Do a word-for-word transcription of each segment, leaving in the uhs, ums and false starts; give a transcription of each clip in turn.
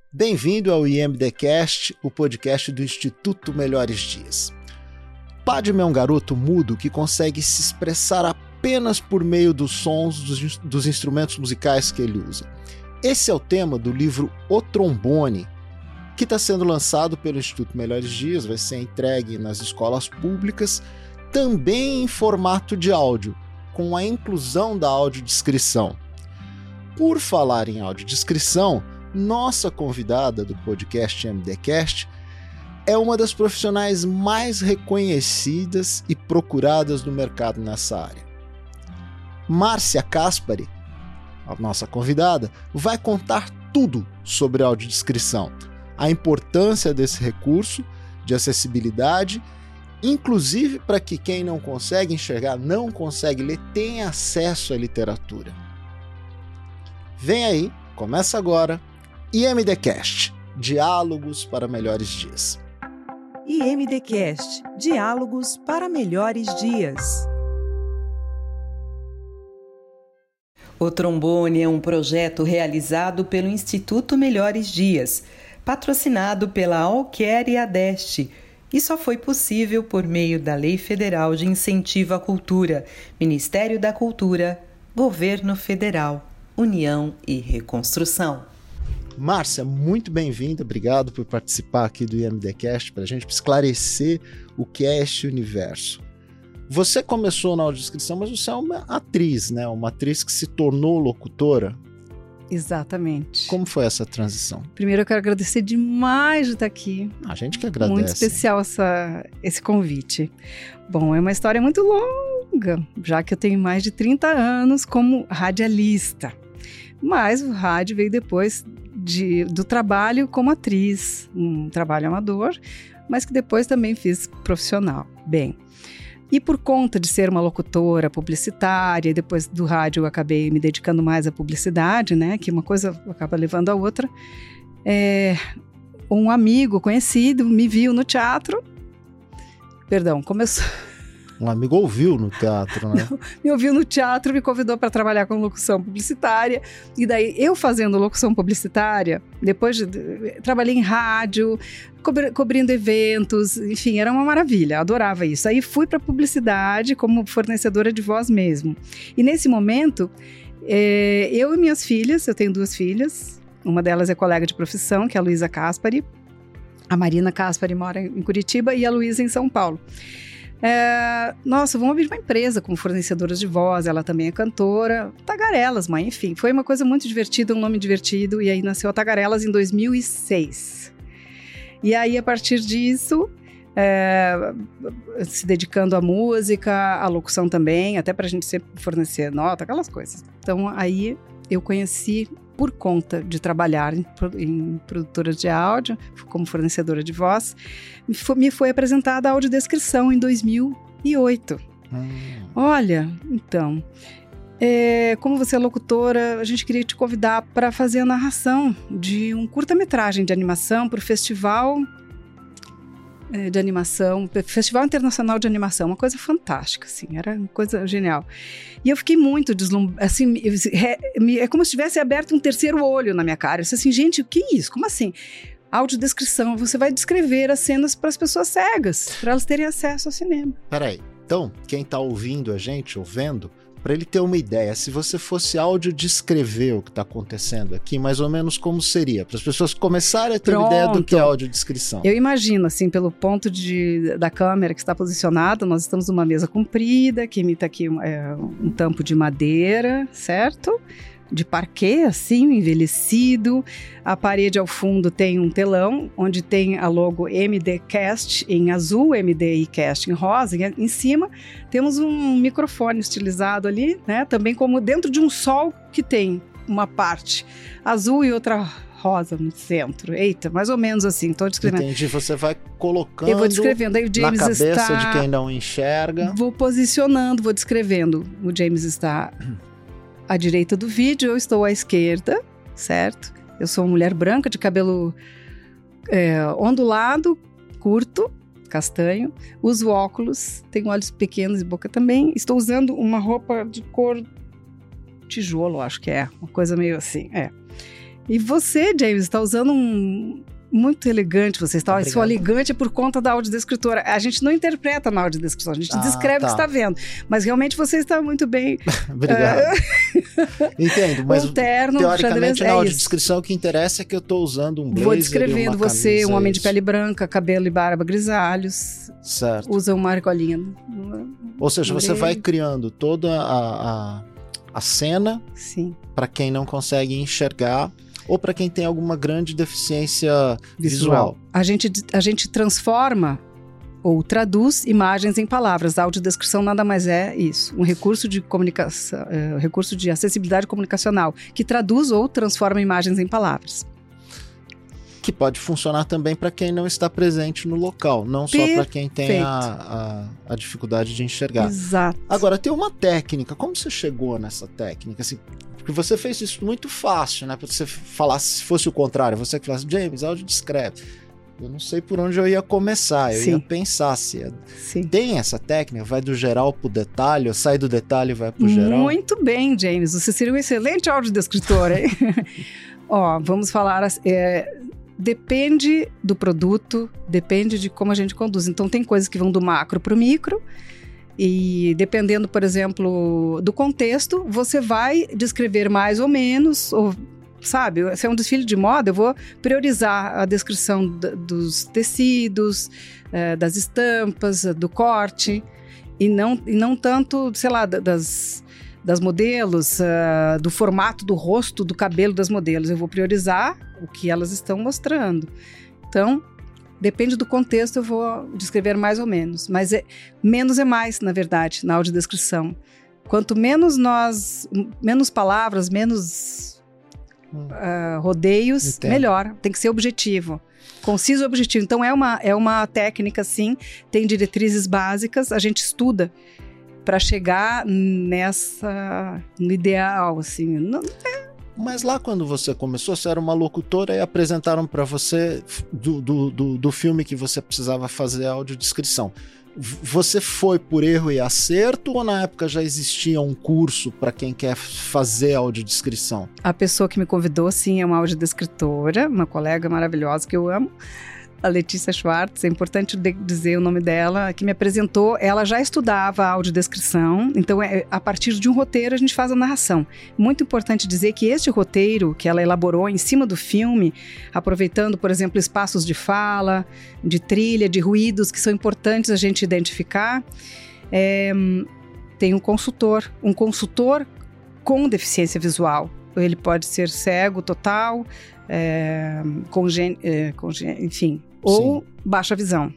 Bem-vindo ao I M D Cast, o podcast do Instituto Melhores Dias. Padme é um garoto mudo que consegue se expressar apenas por meio dos sons dos, dos instrumentos musicais que ele usa. Esse é o tema do livro O Trombone, que está sendo lançado pelo Instituto Melhores Dias, vai ser entregue nas escolas públicas, também em formato de áudio, com a inclusão da audiodescrição. Por falar em audiodescrição, nossa convidada do podcast MDcast é uma das profissionais mais reconhecidas e procuradas no mercado nessa área. Márcia Caspari, a nossa convidada, vai contar tudo sobre audiodescrição, a importância desse recurso de acessibilidade, inclusive para que quem não consegue enxergar, não consegue ler, tenha acesso à literatura. Vem aí, começa agora, IMDcast, Diálogos para Melhores Dias. IMDcast, Diálogos para Melhores Dias. O Trombone é um projeto realizado pelo Instituto Melhores Dias, patrocinado pela Alquer e Adeste, e só foi possível por meio da Lei Federal de Incentivo à Cultura, Ministério da Cultura, Governo Federal, União e Reconstrução. Márcia, muito bem-vinda, obrigado por participar aqui do IMDcast para a gente esclarecer o que é este universo. Você começou na audiodescrição, mas você é uma atriz, né? Uma atriz que se tornou locutora. Exatamente. Como foi essa transição? Primeiro eu quero agradecer demais de estar aqui. A gente que agradece. Muito especial essa, esse convite. Bom, é uma história muito longa, já que eu tenho mais de trinta anos como radialista. Mas o rádio veio depois de, do trabalho como atriz, um trabalho amador, mas que depois também fiz profissional. Bem, e por conta de ser uma locutora publicitária, e depois do rádio eu acabei me dedicando mais à publicidade, né? Que uma coisa acaba levando a outra. É, um amigo conhecido me viu no teatro. Perdão, começou... Um amigo ouviu no teatro, né? Não, me ouviu no teatro, me convidou para trabalhar com locução publicitária. E daí, eu fazendo locução publicitária, depois de, trabalhei em rádio, cobri, cobrindo eventos, enfim, era uma maravilha, adorava isso. Aí fui para publicidade como fornecedora de voz mesmo. E nesse momento, é, eu e minhas filhas, eu tenho duas filhas, uma delas é colega de profissão, que é a Luísa Caspari. A Marina Caspari mora em Curitiba e a Luísa em São Paulo. É, nossa, vamos abrir uma empresa como fornecedoras de voz, ela também é cantora, Tagarelas, mãe, enfim, foi uma coisa muito divertida, um nome divertido, e aí nasceu a Tagarelas em dois mil e seis. E aí, a partir disso, é, se dedicando à música, à locução também, até pra gente sempre fornecer nota, aquelas coisas. Então, aí eu conheci, por conta de trabalhar em, em produtoras de áudio, como fornecedora de voz, me foi, me foi apresentada a audiodescrição em dois mil e oito. Hum. Olha, então, é, como você é locutora, a gente queria te convidar para fazer a narração de um curta-metragem de animação para o Festival é, de Animação, Festival Internacional de Animação, uma coisa fantástica, assim, era uma coisa genial. E eu fiquei muito deslumbrada, assim, é, é como se tivesse aberto um terceiro olho na minha cara. Eu disse assim, gente, o que é isso? Como assim? Audiodescrição, você vai descrever as cenas para as pessoas cegas, para elas terem acesso ao cinema. Peraí, então, quem está ouvindo a gente, ouvindo, para ele ter uma ideia, se você fosse audiodescrever o que está acontecendo aqui, mais ou menos como seria? Para as pessoas começarem a ter Pronto. uma ideia do que é audiodescrição. Eu imagino, assim, pelo ponto de, da câmera que está posicionada, nós estamos numa mesa comprida, que imita aqui é, um tampo de madeira, certo? De parquet, assim, envelhecido. A parede ao fundo tem um telão, onde tem a logo MDcast em azul, MDIcast em rosa. E em cima temos um microfone estilizado ali, né? Também como dentro de um sol que tem uma parte azul e outra rosa no centro. Eita, mais ou menos assim, estou descrevendo. Entendi, você vai colocando eu vou descrevendo. Aí o James na cabeça está... de quem não enxerga. Vou posicionando, vou descrevendo. O James está... à direita do vídeo, eu estou à esquerda, certo? Eu sou uma mulher branca de cabelo é, ondulado, curto, castanho. Uso óculos, tenho olhos pequenos e boca também. Estou usando uma roupa de cor tijolo, acho que é. Uma coisa meio assim, é. E você, James, está usando um... muito elegante você está. Isso elegante é por conta da audiodescritora. A gente não interpreta na audiodescrição, a gente ah, descreve tá. o que está vendo. Mas realmente você está muito bem. Obrigado. Entendo, mas um terno, teoricamente na é audiodescrição o que interessa é que eu estou usando um blazer. Vou descrevendo e uma você, camisa, um homem isso. de pele branca, cabelo e barba grisalhos. Certo. Usa uma argolinha. Ou seja, você vai criando toda a, a, a cena para quem não consegue enxergar ou para quem tem alguma grande deficiência visual. visual. A gente, a gente transforma ou traduz imagens em palavras. A audiodescrição nada mais é isso. Um recurso de comunicação, é, um recurso de acessibilidade comunicacional que traduz ou transforma imagens em palavras. Que pode funcionar também para quem não está presente no local, não só para quem tem a, a, a dificuldade de enxergar. Exato. Agora, tem uma técnica. Como você chegou nessa técnica? Assim, porque você fez isso muito fácil, né? Para você falar, se fosse o contrário, você que falasse, James, áudio descreve. Eu não sei por onde eu ia começar, eu Sim. ia pensar se é... tem essa técnica, vai do geral pro detalhe, ou sai do detalhe e vai pro geral? Muito bem, James, você seria um excelente audiodescritor, hein? Ó, vamos falar, é, depende do produto, depende de como a gente conduz. Então tem coisas que vão do macro pro micro, e dependendo, por exemplo, do contexto, você vai descrever mais ou menos, ou... Sabe, se é um desfile de moda, eu vou priorizar a descrição d- dos tecidos, eh, das estampas, do corte, e não, e não tanto, sei lá, das, das modelos, uh, do formato do rosto, do cabelo das modelos. Eu vou priorizar o que elas estão mostrando. Então, depende do contexto, eu vou descrever mais ou menos. Mas é, menos é mais, na verdade, na audiodescrição. Quanto menos nós, menos palavras, menos... Uh, rodeios, Entendo. melhor, tem que ser objetivo, conciso e objetivo. Então é uma, é uma técnica, sim, tem diretrizes básicas, a gente estuda para chegar nessa, no ideal, assim. Não, é... Mas lá quando você começou, você era uma locutora e apresentaram para você do, do, do, do filme que você precisava fazer a audiodescrição. Você foi por erro e acerto ou na época já existia um curso para quem quer fazer audiodescrição? A pessoa que me convidou, sim, é uma audiodescritora, uma colega maravilhosa que eu amo, a Letícia Schwartz, é importante dizer o nome dela, que me apresentou. Ela já estudava audiodescrição, então é, a partir de um roteiro a gente faz a narração. Muito importante dizer que este roteiro que ela elaborou em cima do filme, aproveitando, por exemplo, espaços de fala, de trilha, de ruídos que são importantes a gente identificar, é, tem um consultor, um consultor com deficiência visual. Ele pode ser cego total, é, congen, é, congen, enfim, ou Sim. baixa visão.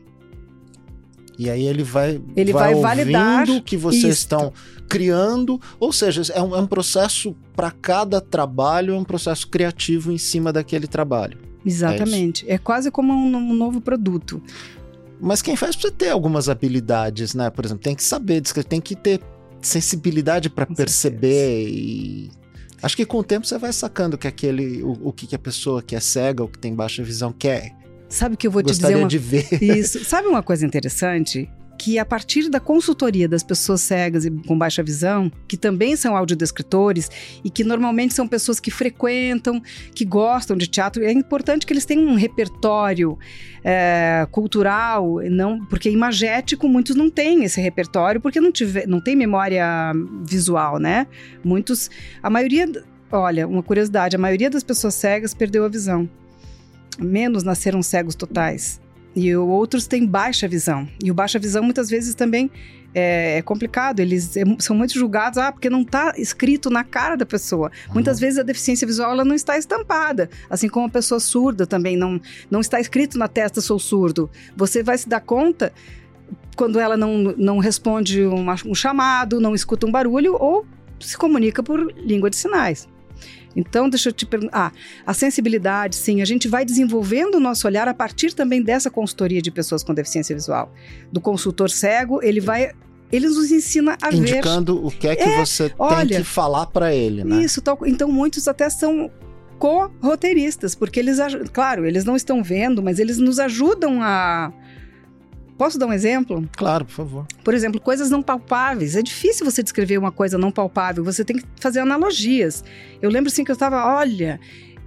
E aí ele vai, ele vai, vai validar o que vocês isto. estão criando, ou seja, é um, é um processo para cada trabalho, é um processo criativo em cima daquele trabalho. Exatamente, é, é quase como um, um novo produto. Mas quem faz precisa ter algumas habilidades, né? Por exemplo, tem que saber, tem que ter sensibilidade para perceber certeza. e... Acho que com o tempo você vai sacando que aquele, o, o que a pessoa que é cega ou que tem baixa visão quer. Sabe que eu vou te dizer uma... de ver. Isso. Sabe uma coisa interessante? Que a partir da consultoria das pessoas cegas e com baixa visão, que também são audiodescritores e que normalmente são pessoas que frequentam, que gostam de teatro, é importante que eles tenham um repertório é, cultural, não, porque imagético muitos não têm esse repertório porque não, tiver, não tem memória visual, né? Muitos, a maioria, olha, uma curiosidade, a maioria das pessoas cegas perdeu a visão. Menos nasceram cegos totais. E outros têm baixa visão. E o baixa visão muitas vezes também é, é complicado. Eles é, são muito julgados, ah, porque não está escrito na cara da pessoa. Uhum. Muitas vezes a deficiência visual ela não está estampada. Assim como a pessoa surda também não, não está escrito na testa, sou surdo. Você vai se dar conta quando ela não, não responde uma, um chamado, não escuta um barulho ou se comunica por língua de sinais. Então, deixa eu te perguntar, ah, a sensibilidade, sim, a gente vai desenvolvendo o nosso olhar a partir também dessa consultoria de pessoas com deficiência visual. Do consultor cego, ele vai, ele nos ensina a Indicando ver... Indicando o que é que é, você olha, tem que falar para ele, né? Isso, tal, então muitos até são co-roteiristas, porque eles, claro, eles não estão vendo, mas eles nos ajudam a... Posso dar um exemplo? Claro, por favor. Por exemplo, coisas não palpáveis. É difícil você descrever uma coisa não palpável, você tem que fazer analogias. Eu lembro assim que eu estava, olha,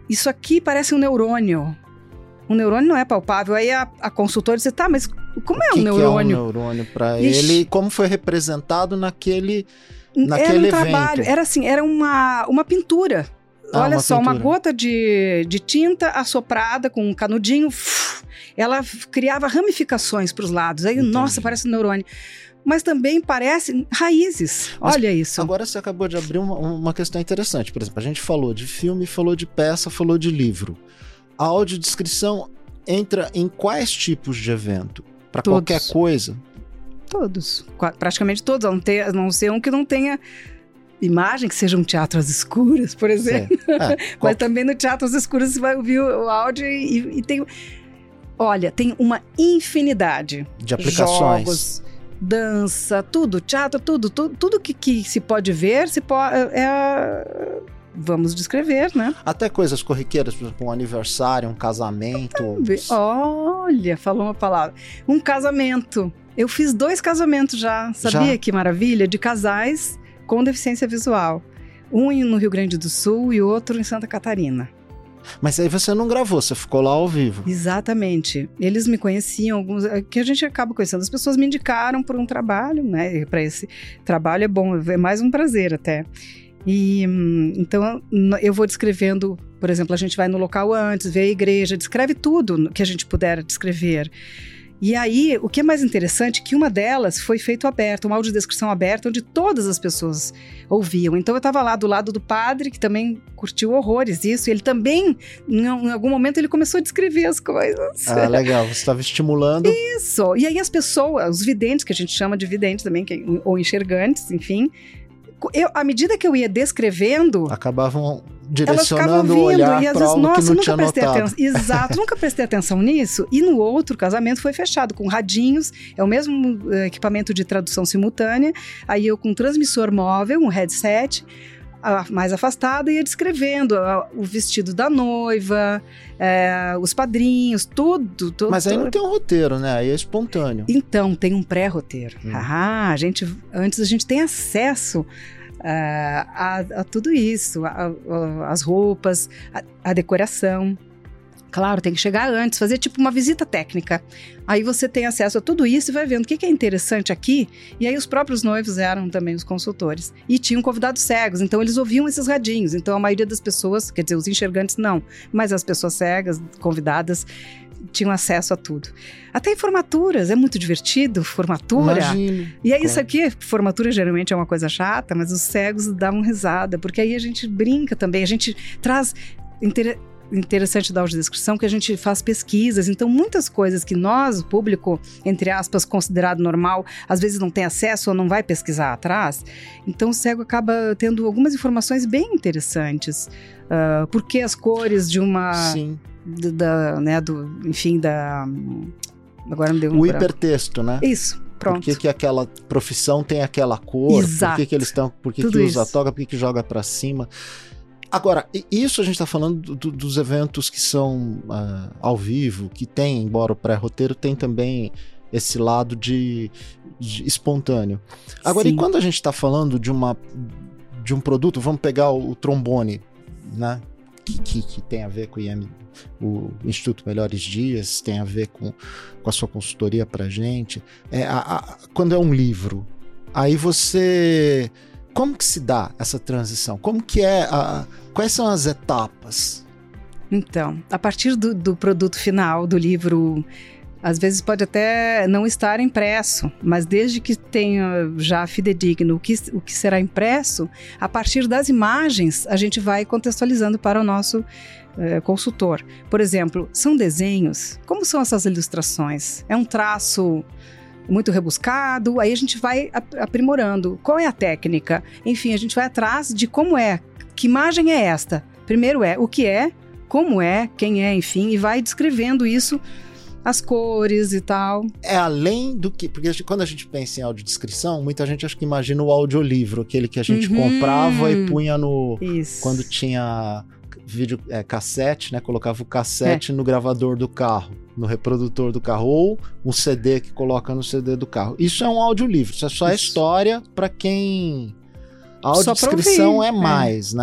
isso aqui parece um neurônio. Um neurônio não é palpável. Aí a, a consultora disse, tá, mas como é o que um neurônio? Que é um neurônio para ele e como foi representado naquele, naquele era um evento? Trabalho, era assim, era uma, uma pintura. Ah, Olha uma só, pintura. Uma gota de, de tinta assoprada com um canudinho, ela criava ramificações para os lados. Aí, Entendi. Nossa, parece um neurônio. Mas também parece raízes. Mas olha isso. Agora você acabou de abrir uma, uma questão interessante. Por exemplo, a gente falou de filme, falou de peça, falou de livro. A audiodescrição entra em quais tipos de evento? Para qualquer coisa? Todos. Praticamente todos. Não, ter, não ser um que não tenha imagem, que seja um teatro às escuras, por exemplo. É, Mas qual... também no teatro às escuras você vai ouvir o áudio e, e tem... Olha, tem uma infinidade de aplicações. Jogos, dança, tudo, teatro, tudo, tudo, tudo que, que se pode ver, se pode, é, vamos descrever, né? Até coisas corriqueiras, por exemplo, um aniversário, um casamento. Olha, falou uma palavra. Um casamento. Eu fiz dois casamentos já, sabia já? Que maravilha? De casais com deficiência visual. Um no Rio Grande do Sul e outro em Santa Catarina. Mas aí você não gravou, você ficou lá ao vivo. Exatamente. Eles me conheciam, alguns que a gente acaba conhecendo. As pessoas me indicaram por um trabalho, né? Para esse trabalho é bom, é mais um prazer até. E então eu vou descrevendo, por exemplo, a gente vai no local antes, vê a igreja, descreve tudo que a gente puder descrever. E aí, o que é mais interessante é que uma delas foi feito aberto, uma audiodescrição aberta, onde todas as pessoas ouviam. Então, eu estava lá do lado do padre, que também curtiu horrores isso, e ele também, em algum momento, ele começou a descrever as coisas. Ah, legal, você estava estimulando. Isso, e aí as pessoas, os videntes, que a gente chama de videntes também, que, ou enxergantes, enfim... Eu, à medida que eu ia descrevendo... Acabavam direcionando o olhar para algo nossa, que não tinha notado. Atenção. Exato, nunca prestei atenção nisso. E no outro casamento foi fechado com radinhos, é o mesmo uh, equipamento de tradução simultânea, aí eu com um transmissor móvel, um headset, uh, mais afastado, ia descrevendo uh, o vestido da noiva, uh, os padrinhos, tudo, tudo. Mas aí não tem um roteiro, né? Aí é espontâneo. Então, tem um pré-roteiro. Hum. Ah, a gente, antes a gente tem acesso... Uh, a, a tudo isso, a, a, as roupas, a, a decoração. Claro, tem que chegar antes, fazer tipo uma visita técnica. Aí você tem acesso a tudo isso e vai vendo o que, que é interessante aqui. E aí os próprios noivos eram também os consultores. E tinham convidados cegos, então eles ouviam esses radinhos. Então a maioria das pessoas, quer dizer, os enxergantes não, mas as pessoas cegas, convidadas, tinham acesso a tudo. Até em formaturas, é muito divertido, formatura. Imagino. E é isso aqui, formatura geralmente é uma coisa chata, mas os cegos dão risada, porque aí a gente brinca também, a gente traz... Inter... Interessante da audiodescrição que a gente faz pesquisas, então muitas coisas que nós, o público, entre aspas, considerado normal, às vezes não tem acesso ou não vai pesquisar atrás, então o cego acaba tendo algumas informações bem interessantes. Uh, por que as cores de uma... Sim. Da, né, do, enfim, da... Agora me deu um O branco. Hipertexto, né? Isso, pronto. Por que, que aquela profissão tem aquela cor? Exato. Por que, que eles estão... Por que, que usa a toga? Por que, que joga pra cima? Agora, isso a gente está falando do, dos eventos que são uh, ao vivo, que tem, embora o pré-roteiro, tem também esse lado de, de espontâneo. Agora, Sim. E quando a gente está falando de, uma, de um produto, vamos pegar o, o trombone, né? Que, que, que tem a ver com o I M, o Instituto Melhores Dias, tem a ver com, com a sua consultoria para a gente. É, a, a, quando é um livro, aí você... Como que se dá essa transição? Como que é a, quais são as etapas? Então, a partir do, do produto final do livro, às vezes pode até não estar impresso, mas desde que tenha já fidedigno o que, o que será impresso, a partir das imagens a gente vai contextualizando para o nosso eh, consultor. Por exemplo, são desenhos? Como são essas ilustrações? É um traço... muito rebuscado, aí a gente vai aprimorando. Qual é a técnica? Enfim, a gente vai atrás de como é, que imagem é esta? Primeiro é o que é, como é, quem é, enfim, e vai descrevendo isso, as cores e tal. É além do que... Porque quando a gente pensa em audiodescrição, muita gente acha que imagina o audiolivro, aquele que a gente uhum. comprava e punha no... Isso. Quando tinha vídeo é, cassete, né? Colocava o cassete é. no gravador do carro, no reprodutor do carro, ou um C D que coloca no C D do carro. Isso é um audiolivro, isso é só a história para quem... A audiodescrição é mais, é. né?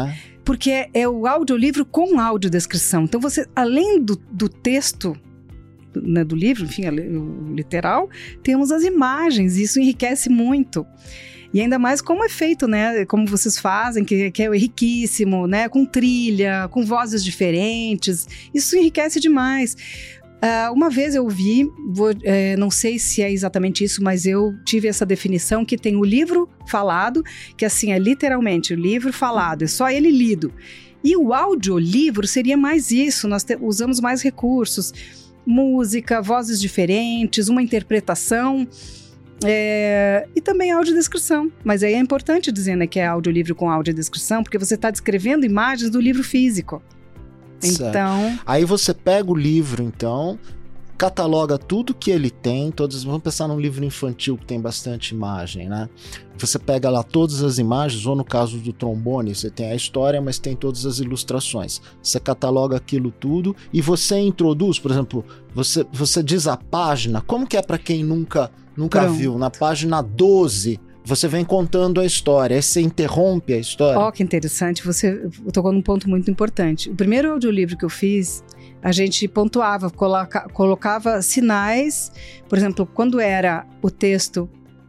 porque é, é o audiolivro com audiodescrição. Então você, além do, do texto, né, do livro, enfim, o literal, temos as imagens, e isso enriquece muito. E ainda mais como é feito, né? Como vocês fazem, que, que é riquíssimo, né? Com trilha, com vozes diferentes. Isso enriquece demais. Uh, uma vez eu vi, vou, é, não sei se é exatamente isso, mas eu tive essa definição que tem o livro falado, que assim é literalmente o livro falado, é só ele lido. E o audiolivro seria mais isso, nós te, usamos mais recursos, música, vozes diferentes, uma interpretação... É, e também audiodescrição, mas aí é importante dizer, né, que é audiolivro com audiodescrição, porque você está descrevendo imagens do livro físico. Certo. Então, aí você pega o livro, então, cataloga tudo que ele tem, todos, vamos pensar num livro infantil que tem bastante imagem, né? Você pega lá todas as imagens, ou no caso do trombone, você tem a história, mas tem todas as ilustrações. Você cataloga aquilo tudo e você introduz, por exemplo, você, você diz a página, como que é para quem nunca... Nunca Pronto. viu, na página doze, você vem contando a história, aí você interrompe a história. Ó, que interessante, você tocou num ponto muito importante. O primeiro audiolivro que eu fiz, a gente pontuava, coloca, colocava sinais, por exemplo, quando era o texto,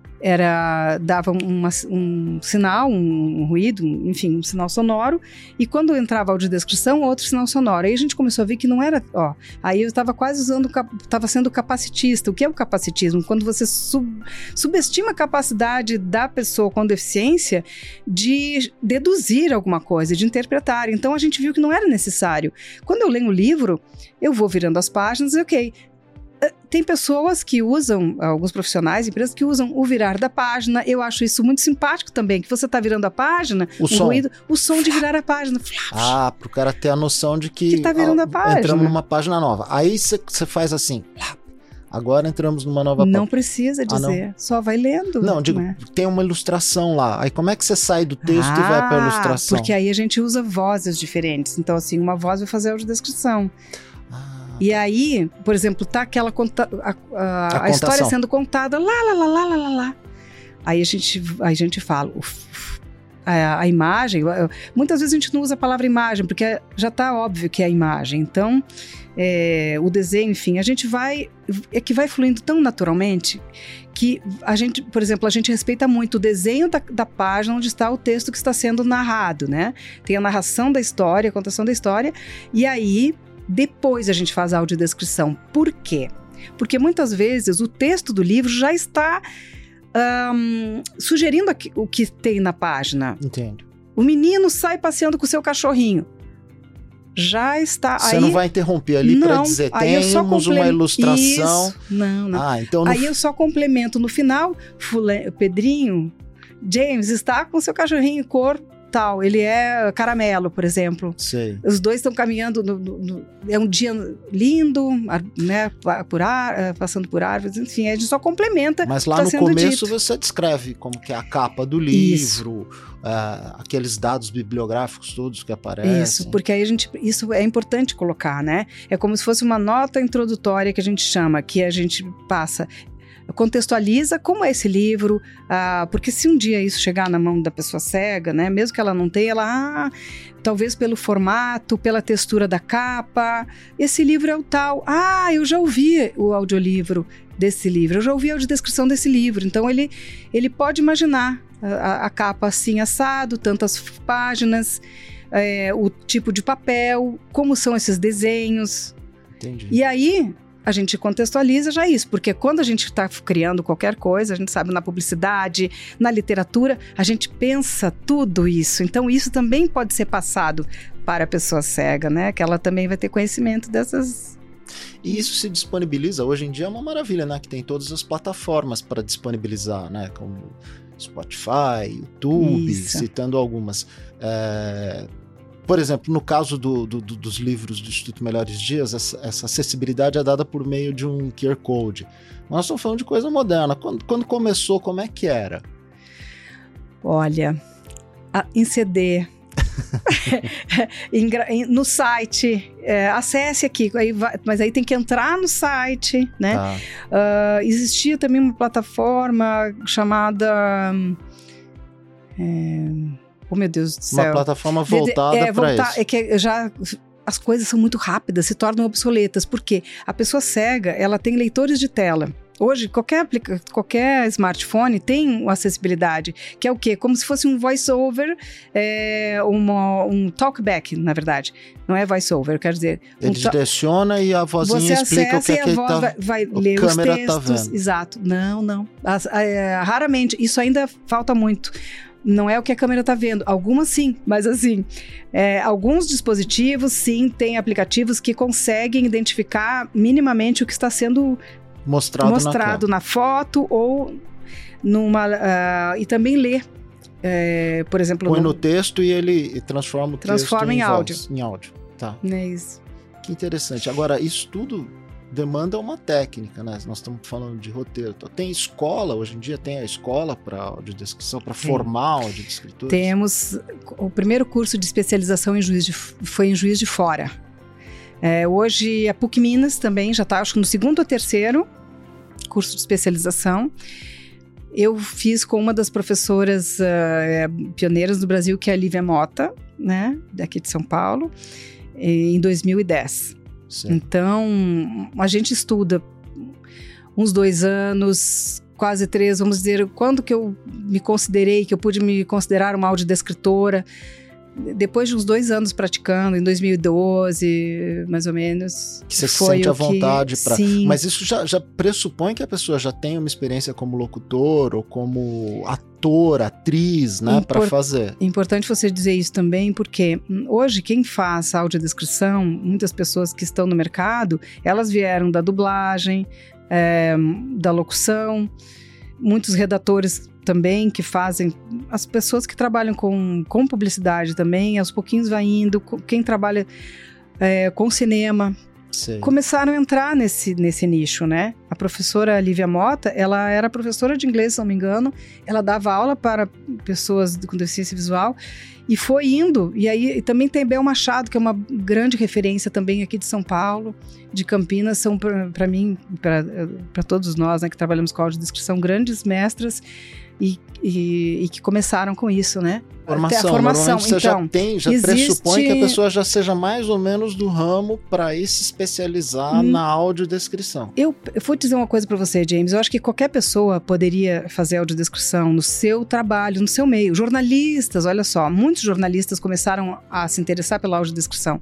era, dava uma, um sinal, um, um ruído, um, enfim, um sinal sonoro, e quando entrava a audiodescrição, outro sinal sonoro. Aí a gente começou a ver que não era, ó, aí eu estava quase usando, estava sendo capacitista. O que é o capacitismo? Quando você sub, subestima a capacidade da pessoa com deficiência de deduzir alguma coisa, de interpretar. Então a gente viu que não era necessário. Quando eu leio um livro, eu vou virando as páginas e ok, tem pessoas que usam, alguns profissionais, empresas que usam o virar da página. Eu acho isso muito simpático também, que você está virando a página, o, um som. Ruído, o som de virar a página. Ah, pro cara ter a noção de que, que tá virando ó, a página. Entramos numa página nova. Aí você faz assim, agora entramos numa nova página. Não precisa dizer, ah, só vai lendo. Não, digo, né? Tem uma ilustração lá. Aí como é que você sai do texto ah, e vai para a ilustração? Porque aí a gente usa vozes diferentes. Então assim, uma voz vai fazer a audiodescrição. E aí, por exemplo, tá aquela conta, a, a, a história sendo contada lá, lá, lá, lá, lá, lá, lá. Aí a gente, a gente fala, uf, a, a imagem, muitas vezes a gente não usa a palavra imagem, porque já tá óbvio que é a imagem. Então, é, o desenho, enfim, a gente vai, é que vai fluindo tão naturalmente que a gente, por exemplo, a gente respeita muito o desenho da, da página onde está o texto que está sendo narrado, né? Tem a narração da história, a contação da história, e aí... Depois a gente faz a audiodescrição. Por quê? Porque muitas vezes o texto do livro já está um, sugerindo aqui, o que tem na página. Entendo. O menino sai passeando com o seu cachorrinho. Já está... Você aí, não vai interromper ali para dizer, temos uma ilustração. Isso. Não, não. Ah, então no... Aí eu só complemento no final, Fulano, Pedrinho, James está com seu cachorrinho cor... tal, ele é caramelo, por exemplo. Sei. Os dois estão caminhando, no, no, no, é um dia lindo, né, por ar, passando por árvores, enfim, a gente só complementa. Mas lá tá no sendo começo dito. Você descreve como que é a capa do livro, uh, aqueles dados bibliográficos todos que aparecem. Isso, porque aí a gente, isso é importante colocar, né? É como se fosse uma nota introdutória que a gente chama, que a gente passa... contextualiza como é esse livro, ah, porque se um dia isso chegar na mão da pessoa cega, né, mesmo que ela não tenha, ela, ah, talvez pelo formato, pela textura da capa, esse livro é o tal, ah, eu já ouvi o audiolivro desse livro, eu já ouvi a audiodescrição desse livro, então ele, ele pode imaginar a, a capa assim assado, tantas páginas, é, o tipo de papel, como são esses desenhos. Entendi. E aí... a gente contextualiza já isso, porque quando a gente está criando qualquer coisa, a gente sabe na publicidade, na literatura, a gente pensa tudo isso. Então isso também pode ser passado para a pessoa cega, né? Que ela também vai ter conhecimento dessas... E isso se disponibiliza, hoje em dia é uma maravilha, né? Que tem todas as plataformas para disponibilizar, né? Como Spotify, YouTube, isso. Citando algumas. É... Por exemplo, no caso do, do, do, dos livros do Instituto Melhores Dias, essa, essa acessibilidade é dada por meio de um Q R Code. Nós estamos falando de coisa moderna. Quando, quando começou, como é que era? Olha, a, em C D, em, em, no site, é, acesse aqui, aí vai, mas aí tem que entrar no site, né? Tá. Uh, existia também uma plataforma chamada... É, oh meu Deus do céu. Uma plataforma voltada é, para voltar, isso. É que já... As coisas são muito rápidas, se tornam obsoletas, porque a pessoa cega, ela tem leitores de tela. Hoje, qualquer, aplica- qualquer smartphone tem acessibilidade, que é o quê? Como se fosse um voice-over, é, uma, um talkback, na verdade. Não é voice-over, quer dizer... Ele um direciona e a vozinha Você explica o que acessa é e a que ele voz tá... vai, vai ler os tá textos. vendo. Exato. Não, não. As, é, raramente. Isso ainda falta muito. Não é o que a câmera está vendo. Algumas sim, mas assim, é, alguns dispositivos sim têm aplicativos que conseguem identificar minimamente o que está sendo mostrado, mostrado na, na foto ou numa uh, e também ler. É, por exemplo, põe no, no texto e ele transforma o transforma texto em, em áudio. Voz, em áudio. Tá. É isso. Que interessante. Agora, isso tudo demanda uma técnica, né? Nós estamos falando de roteiro. Então, tem escola, hoje em dia tem a escola para audiodescrição, para formar audiodescritores? Temos o primeiro curso de especialização em Juiz de, foi em Juiz de Fora. É, hoje a PUC Minas também já está, acho que no segundo ou terceiro curso de especialização. Eu fiz com uma das professoras uh, pioneiras do Brasil, que é a Lívia Mota, né, daqui de São Paulo, em dois mil e dez. Sim. Então, a gente estuda uns dois anos, quase três, vamos dizer, quando que eu me considerei, que eu pude me considerar uma audiodescritora. Depois de uns dois anos praticando, em dois mil e doze, mais ou menos. Que você foi se sente à vontade que... para. Sim. Mas isso já, já pressupõe que a pessoa já tem uma experiência como locutor ou como ator, atriz, né, Impor... para fazer. É importante você dizer isso também, porque hoje quem faz audiodescrição, muitas pessoas que estão no mercado, elas vieram da dublagem, é, da locução, muitos redatores também que fazem, as pessoas que trabalham com, com publicidade também, aos pouquinhos vai indo, quem trabalha é, com cinema, Sei. começaram a entrar nesse, nesse nicho, né? A professora Lívia Mota, ela era professora de inglês, se não me engano, ela dava aula para pessoas com deficiência visual e foi indo, e aí e também tem Bel Machado, que é uma grande referência também aqui de São Paulo, de Campinas, são para mim, para todos nós, né, que trabalhamos com audiodescrição, grandes mestras e, e, e que começaram com isso, né? Formação, Até a formação. Você então, já tem, já existe... pressupõe que a pessoa já seja mais ou menos do ramo para ir se especializar hum. na audiodescrição. Eu, eu vou dizer uma coisa para você, James, eu acho que qualquer pessoa poderia fazer audiodescrição no seu trabalho, no seu meio. Jornalistas, olha só, muitos jornalistas começaram a se interessar pela audiodescrição.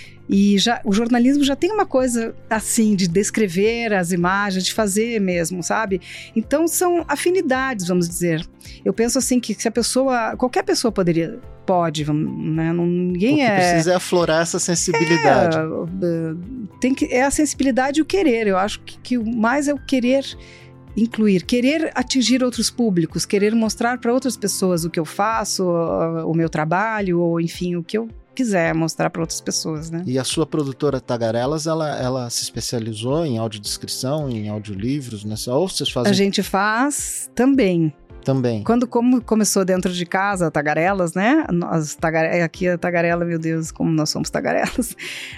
E já, o jornalismo já tem uma coisa assim, de descrever as imagens, de fazer mesmo, sabe? Então são afinidades, vamos dizer. Eu penso assim que se a pessoa, qualquer pessoa poderia, pode, né? Não, ninguém o que é... precisa é aflorar essa sensibilidade. É, tem que, é a sensibilidade e o querer. Eu acho que, que o mais é o querer incluir, querer atingir outros públicos, querer mostrar para outras pessoas o que eu faço, o, o meu trabalho, ou enfim, o que eu quiser mostrar para outras pessoas, né? E a sua produtora Tagarelas, ela, ela se especializou em audiodescrição, em audiolivros, né? Ou vocês fazem... A gente faz também. Também. Quando como começou dentro de casa, a Tagarelas, né? As tagare... Aqui a Tagarela, meu Deus, como nós somos Tagarelas.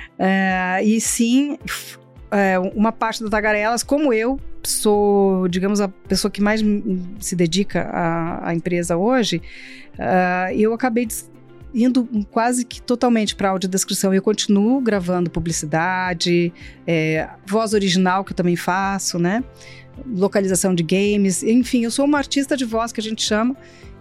É, e sim, é, uma parte da Tagarelas, como eu sou, digamos, a pessoa que mais se dedica à, à empresa hoje, uh, eu acabei de indo quase que totalmente para audiodescrição. Eu continuo gravando publicidade, é, voz original que eu também faço, né? Localização de games, enfim, eu sou uma artista de voz que a gente chama,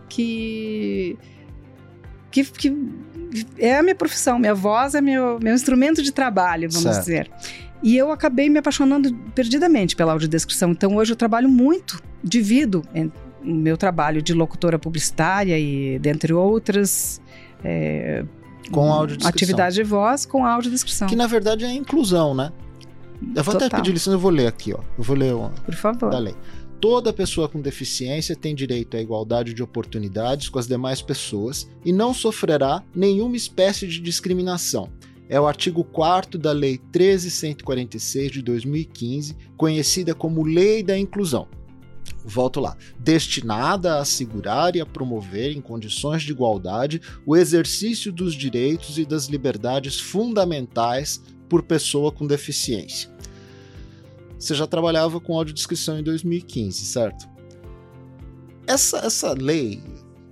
que, que, que é a minha profissão, minha voz é meu, meu instrumento de trabalho, vamos certo. dizer. E eu acabei me apaixonando perdidamente pela audiodescrição, então hoje eu trabalho muito, divido o meu trabalho de locutora publicitária e dentre outras... É, com audiodescrição. Atividade de voz com audiodescrição. Que na verdade é a inclusão, né? Eu vou Total. até pedir licença, eu vou ler aqui, ó. Eu vou ler uma, Por favor. da lei. Toda pessoa com deficiência tem direito à igualdade de oportunidades com as demais pessoas e não sofrerá nenhuma espécie de discriminação. É o artigo quarto da Lei treze mil cento e quarenta e seis de dois mil e quinze, conhecida como Lei da Inclusão. Volto lá. Destinada a assegurar e a promover em condições de igualdade o exercício dos direitos e das liberdades fundamentais por pessoa com deficiência. Você já trabalhava com audiodescrição em dois mil e quinze, certo? Essa, essa lei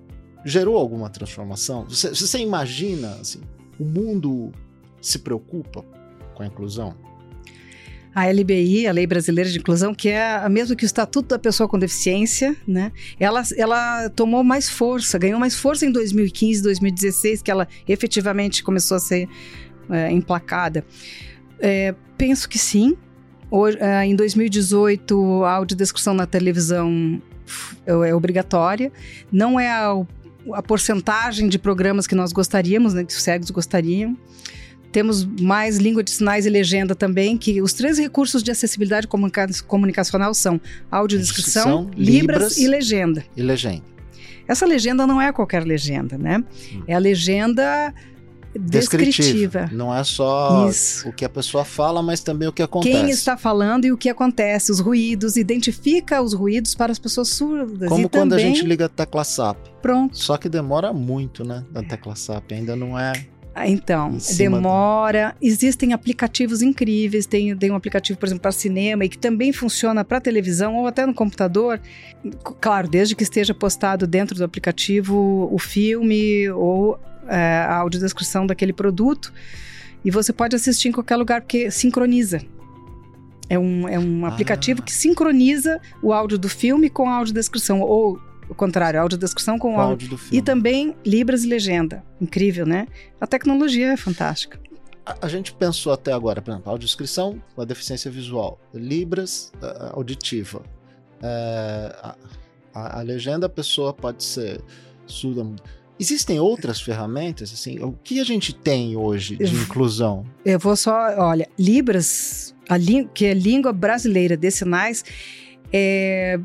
gerou alguma transformação? Você, você imagina, assim, o mundo se preocupa com a inclusão? A L B I, a Lei Brasileira de Inclusão, que é a mesma que o Estatuto da Pessoa com Deficiência, né? Ela, ela tomou mais força, ganhou mais força em dois mil e quinze, dois mil e dezesseis, que ela efetivamente começou a ser é, emplacada. É, penso que sim. Hoje, é, em dois mil e dezoito, a audiodescrição na televisão é, é obrigatória. Não é a, a porcentagem de programas que nós gostaríamos, né, que os cegos gostariam. Temos mais língua de sinais e legenda também, que os três recursos de acessibilidade comunica- comunicacional são audiodescrição, libras, libras e legenda. E legenda. Essa legenda não é qualquer legenda, né? Hum. É a legenda descritiva. descritiva. Não é só Isso. o que a pessoa fala, mas também o que acontece. Quem está falando e o que acontece, os ruídos, identifica os ruídos para as pessoas surdas. Como e quando também... a gente liga a tecla S A P. Pronto. Só que demora muito, né? A tecla S A P ainda não é... Então, demora. Do... Existem aplicativos incríveis. Tem, tem um aplicativo, por exemplo, para cinema e que também funciona para televisão ou até no computador. Claro, desde que esteja postado dentro do aplicativo o filme ou é, a audiodescrição daquele produto. E você pode assistir em qualquer lugar porque sincroniza. É um, é um aplicativo ah. que sincroniza o áudio do filme com a audiodescrição. Ou o contrário, a audiodescrição com o áudio, áudio do filme. E também libras e legenda. Incrível, né? A tecnologia é fantástica. A, a gente pensou até agora, por exemplo, audiodescrição com a deficiência visual, libras uh, auditiva. Uh, a, a, a legenda, a pessoa pode ser surda. Existem outras ferramentas? Assim, o que a gente tem hoje de eu, inclusão? Eu vou só... Olha, libras, a li, que é a língua brasileira de sinais, é...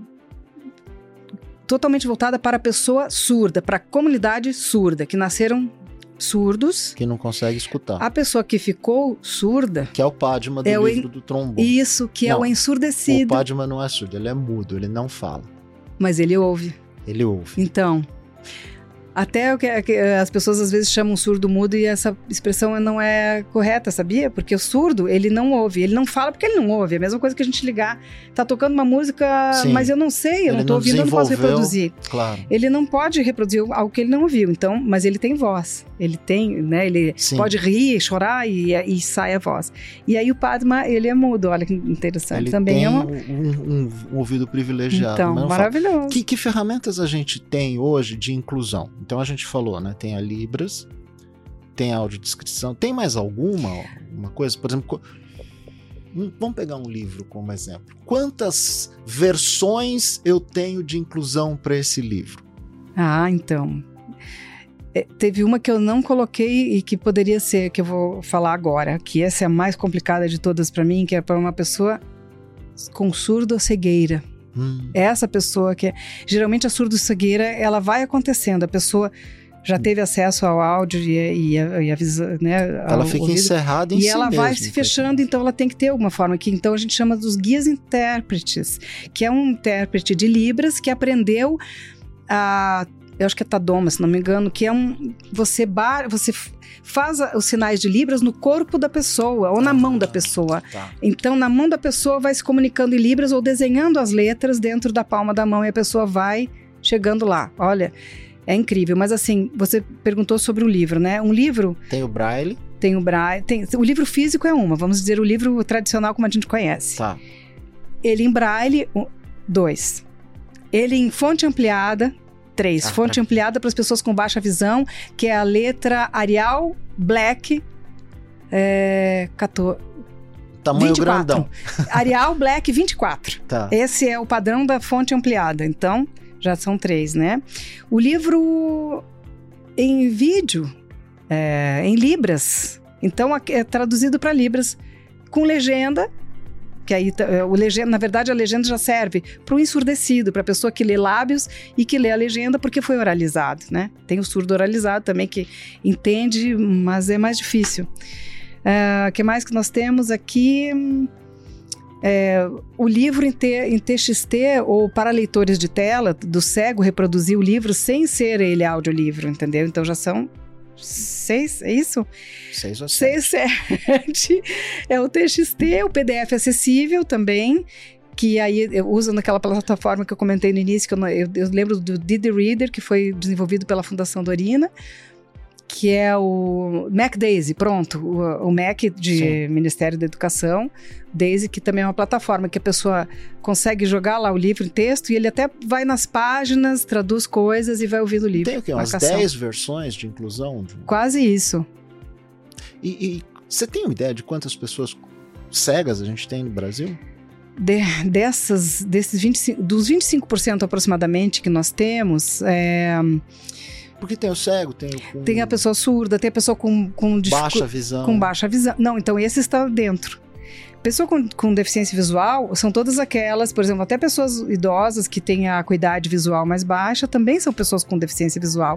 totalmente voltada para a pessoa surda, para a comunidade surda, que nasceram surdos. Que não consegue escutar. A pessoa que ficou surda... Que é o Padma do é livro en... do trombone. Isso, que não, é o ensurdecido. O Padma não é surdo, ele é mudo, ele não fala. Mas ele ouve. Ele ouve. Então... Até o que as pessoas às vezes chamam surdo mudo e essa expressão não é correta, sabia? Porque o surdo, ele não ouve, ele não fala porque ele não ouve. É a mesma coisa que a gente ligar, tá tocando uma música, Sim. mas eu não sei, eu ele não tô não ouvindo, eu não posso reproduzir. Claro. Ele não pode reproduzir algo que ele não ouviu, então, mas ele tem voz. Ele tem, né, ele Sim. pode rir, chorar e, e sai a voz. E aí o Padma, ele é mudo, olha que interessante. Ele Também tem é uma... um, um ouvido privilegiado. Então, maravilhoso. Que, que ferramentas a gente tem hoje de inclusão? Então a gente falou, né? Tem a Libras, tem a audiodescrição. Tem mais alguma uma coisa? Por exemplo, vamos pegar um livro como exemplo. Quantas versões eu tenho de inclusão para esse livro? Ah, então... É, teve uma que eu não coloquei e que poderia ser, que eu vou falar agora, que essa é a mais complicada de todas para mim, que é para uma pessoa com surdo-cegueira. Hum. Essa pessoa que é... Geralmente a surdo-cegueira, ela vai acontecendo, a pessoa já teve acesso ao áudio e, e, e a visão, né? Ela fica ouvido, encerrada em e si ela mesmo, vai se fechando, então ela tem que ter alguma forma que então a gente chama dos guias intérpretes, que é um intérprete de Libras que aprendeu a... Eu acho que é Tadoma, se não me engano, que é um... Você, bar, você faz os sinais de Libras no corpo da pessoa, ou na ah, mão da pessoa. Tá. Então, na mão da pessoa vai se comunicando em Libras ou desenhando as letras dentro da palma da mão e a pessoa vai chegando lá. Olha, é incrível. Mas assim, você perguntou sobre o livro, né? Um livro... Tem o Braille. Tem o Braille. Tem, o livro físico é uma, vamos dizer, o livro tradicional como a gente conhece. Tá. Ele em Braille, dois. Ele em fonte ampliada... Três. Ah, fonte pra... ampliada para as pessoas com baixa visão, que é a letra Arial Black é, quatorze. Tamanho vinte e quatro. Grandão. Arial Black vinte e quatro. Tá. Esse é o padrão da fonte ampliada. Então, já são três, né? O livro em vídeo, é, em Libras. Então, é traduzido para Libras com legenda. Que aí, o legenda, na verdade, a legenda já serve para o ensurdecido, para a pessoa que lê lábios e que lê a legenda porque foi oralizado, né? Tem o surdo oralizado também que entende, mas é mais difícil. O uh, que mais que nós temos aqui? É, o livro em, T, em T X T ou para leitores de tela, do cego reproduzir o livro sem ser ele audiolivro, entendeu? Então já são... Seis, é isso? Seis ou sete. Seis, sete. É o T X T, o P D F acessível também. que aí eu uso naquela plataforma que eu comentei no início, que eu, eu, eu lembro do Didi Reader, que foi desenvolvido pela Fundação Dorina, que é o Mac Daisy, pronto, o, o Mac de Sim. Ministério da Educação, Daisy, que também é uma plataforma que a pessoa consegue jogar lá o livro em texto e ele até vai nas páginas, traduz coisas e vai ouvindo o livro. Tem o quê? Umas dez versões de inclusão? De... Quase isso. E, e você tem uma ideia de quantas pessoas cegas a gente tem no Brasil? De, dessas, desses vinte e cinco, dos vinte e cinco por cento aproximadamente que nós temos, é, porque tem o cego, tem o... Com... Tem a pessoa surda, tem a pessoa com... com baixa visão. Com baixa visão. Não, então esse está dentro. Pessoa com, com deficiência visual são todas aquelas, por exemplo, até pessoas idosas que têm a acuidade visual mais baixa, também são pessoas com deficiência visual.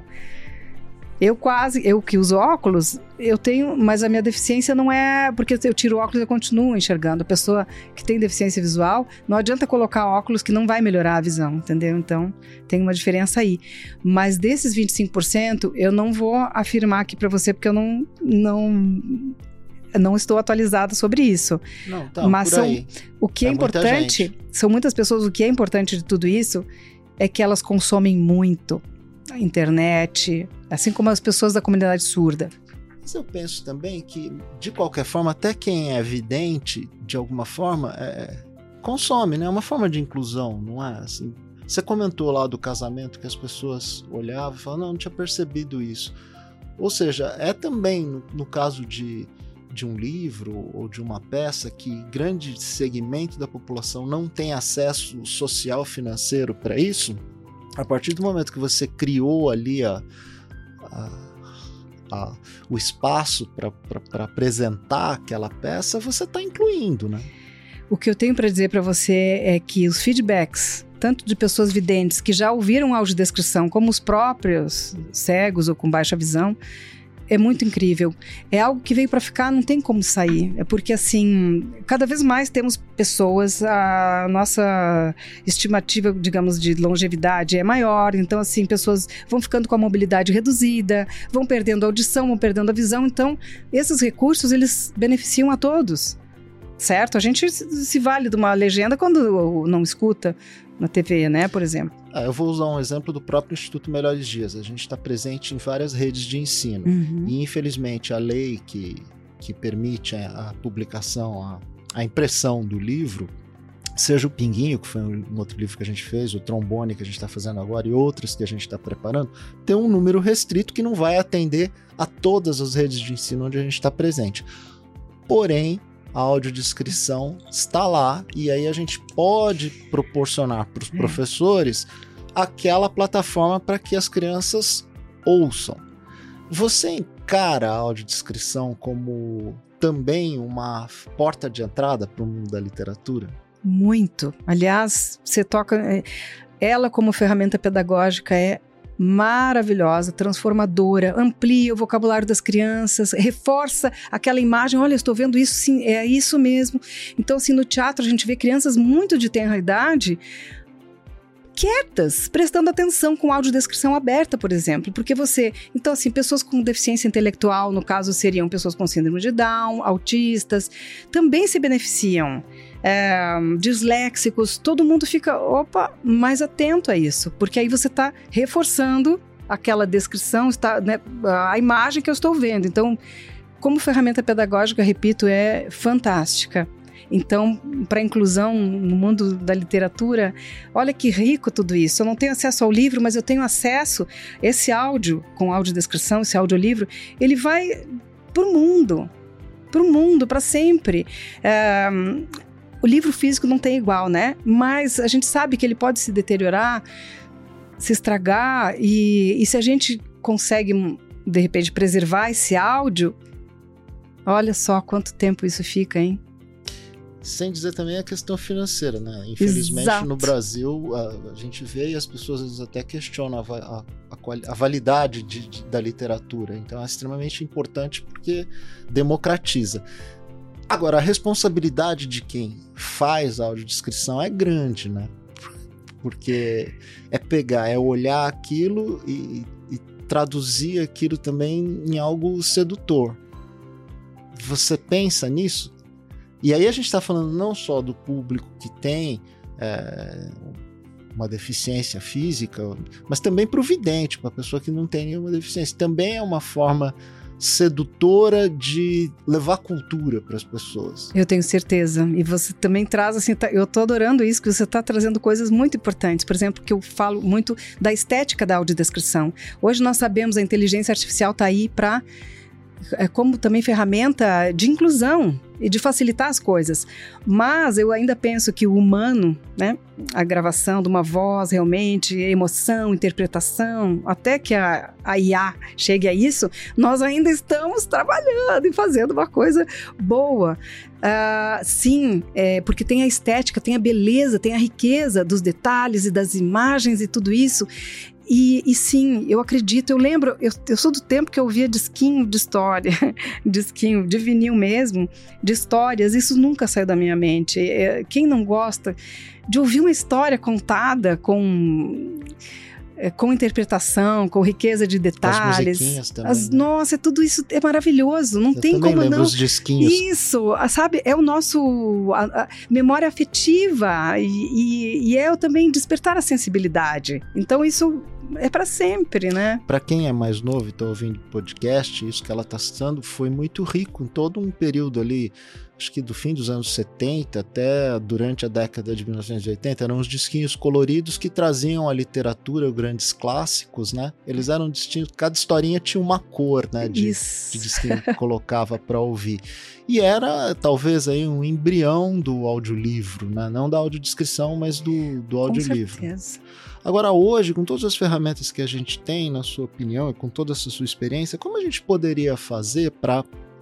Eu quase, eu que uso óculos, eu tenho, mas a minha deficiência não é, porque eu tiro óculos e eu continuo enxergando. A pessoa que tem deficiência visual, não adianta colocar óculos que não vai melhorar a visão, entendeu? Então, tem uma diferença aí. Mas desses vinte e cinco por cento, eu não vou afirmar aqui para você, porque eu não, não, não estou atualizada sobre isso. Não, tá, mas por são, aí. O que é, é importante, são muitas pessoas, o que é importante de tudo isso é que elas consomem muito a internet, assim como as pessoas da comunidade surda. Mas eu penso também que, de qualquer forma, até quem é vidente, de alguma forma, é, consome, né? É uma forma de inclusão, não é? Assim, você comentou lá do casamento que as pessoas olhavam e falavam, não, não tinha percebido isso. Ou seja, é também, no, no caso de, de um livro ou de uma peça, que grande segmento da população não tem acesso social financeiro para isso. A partir do momento que você criou ali a, a, a, o espaço para apresentar aquela peça, você está incluindo, né? O que eu tenho para dizer para você é que os feedbacks, tanto de pessoas videntes que já ouviram audiodescrição, como os próprios cegos ou com baixa visão, é muito incrível. É algo que veio para ficar, não tem como sair. É porque, assim, cada vez mais temos pessoas, a nossa estimativa, digamos, de longevidade é maior. Então, assim, pessoas vão ficando com a mobilidade reduzida, vão perdendo a audição, vão perdendo a visão. Então, esses recursos, eles beneficiam a todos, certo? A gente se vale de uma legenda quando não escuta na T V, né, por exemplo. Ah, eu vou usar um exemplo do próprio Instituto Melhores Dias. A gente está presente em várias redes de ensino. Uhum. E, infelizmente, a lei que, que permite a, a publicação, a, a impressão do livro, seja o Pinguinho, que foi um, um outro livro que a gente fez, o Trombone, que a gente está fazendo agora, e outros que a gente está preparando, tem um número restrito que não vai atender a todas as redes de ensino onde a gente está presente. Porém, a audiodescrição está lá, e aí a gente pode proporcionar para os professores aquela plataforma para que as crianças ouçam. Você encara a audiodescrição como também uma porta de entrada para o mundo da literatura? Muito. Aliás, você toca... Ela, como ferramenta pedagógica, é maravilhosa, transformadora, amplia o vocabulário das crianças, reforça aquela imagem, olha, eu estou vendo isso, sim, é isso mesmo. Então, assim, no teatro a gente vê crianças muito de tenra idade quietas, prestando atenção com audiodescrição aberta, por exemplo, porque você... Então, assim, pessoas com deficiência intelectual, no caso, seriam pessoas com síndrome de Down, autistas, também se beneficiam. É, disléxicos, todo mundo fica, opa, mais atento a isso, porque aí você está reforçando aquela descrição, está, né, a imagem que eu estou vendo. Então, como ferramenta pedagógica, repito, é fantástica. Então, para a inclusão no mundo da literatura, olha que rico tudo isso. Eu não tenho acesso ao livro, mas eu tenho acesso, esse áudio, com audiodescrição, esse audiolivro, ele vai para o mundo, para o mundo, para sempre. É, o livro físico não tem igual, né? Mas a gente sabe que ele pode se deteriorar, se estragar, e, e se a gente consegue, de repente, preservar esse áudio, olha só quanto tempo isso fica, hein? Sem dizer também a questão financeira, né? Infelizmente, Exato. No Brasil, a, a gente vê e as pessoas às vezes até questionam a, a, a, a validade de, de, da literatura. Então, é extremamente importante porque democratiza. Agora, a responsabilidade de quem faz a audiodescrição é grande, né? Porque é pegar, é olhar aquilo e, e traduzir aquilo também em algo sedutor. Você pensa nisso? E aí a gente está falando não só do público que tem é, uma deficiência física, mas também para o vidente, para a pessoa que não tem nenhuma deficiência. Também é uma forma sedutora de levar cultura para as pessoas. Eu tenho certeza. E você também traz, assim, tá, eu tô adorando isso, que você está trazendo coisas muito importantes. Por exemplo, que eu falo muito da estética da audiodescrição. Hoje nós sabemos, a inteligência artificial está aí para, é, como também ferramenta de inclusão e de facilitar as coisas. Mas eu ainda penso que o humano, né, a gravação de uma voz realmente, emoção, interpretação, até que a, a I A chegue a isso, nós ainda estamos trabalhando e fazendo uma coisa boa. Uh, sim, é, porque tem a estética, tem a beleza, tem a riqueza dos detalhes e das imagens e tudo isso. E, e sim, eu acredito, eu lembro, eu, eu sou do tempo que eu ouvia disquinho de história, disquinho de vinil mesmo, de histórias, isso nunca saiu da minha mente. É, quem não gosta de ouvir uma história contada com... com interpretação, com riqueza de detalhes. As musiquinhas também, As, né? Nossa, tudo isso é maravilhoso, não Eu tem também como lembro não. os disquinhos. Isso, sabe, é o nosso a, a memória afetiva e, e, e é também despertar a sensibilidade. Então isso é para sempre, né? Para quem é mais novo e está ouvindo podcast, isso que ela está citando foi muito rico em todo um período ali, acho que do fim dos anos setenta até durante a década de mil novecentos e oitenta, eram os disquinhos coloridos que traziam a literatura, os grandes clássicos, né? Eles eram distintos, cada historinha tinha uma cor, né? De, de disquinho que colocava para ouvir. E era talvez aí um embrião do audiolivro, né? Não da audiodescrição, mas do, do audiolivro. Com certeza. Agora, hoje, com todas as ferramentas que a gente tem, na sua opinião, e com toda essa sua experiência, como a gente poderia fazer para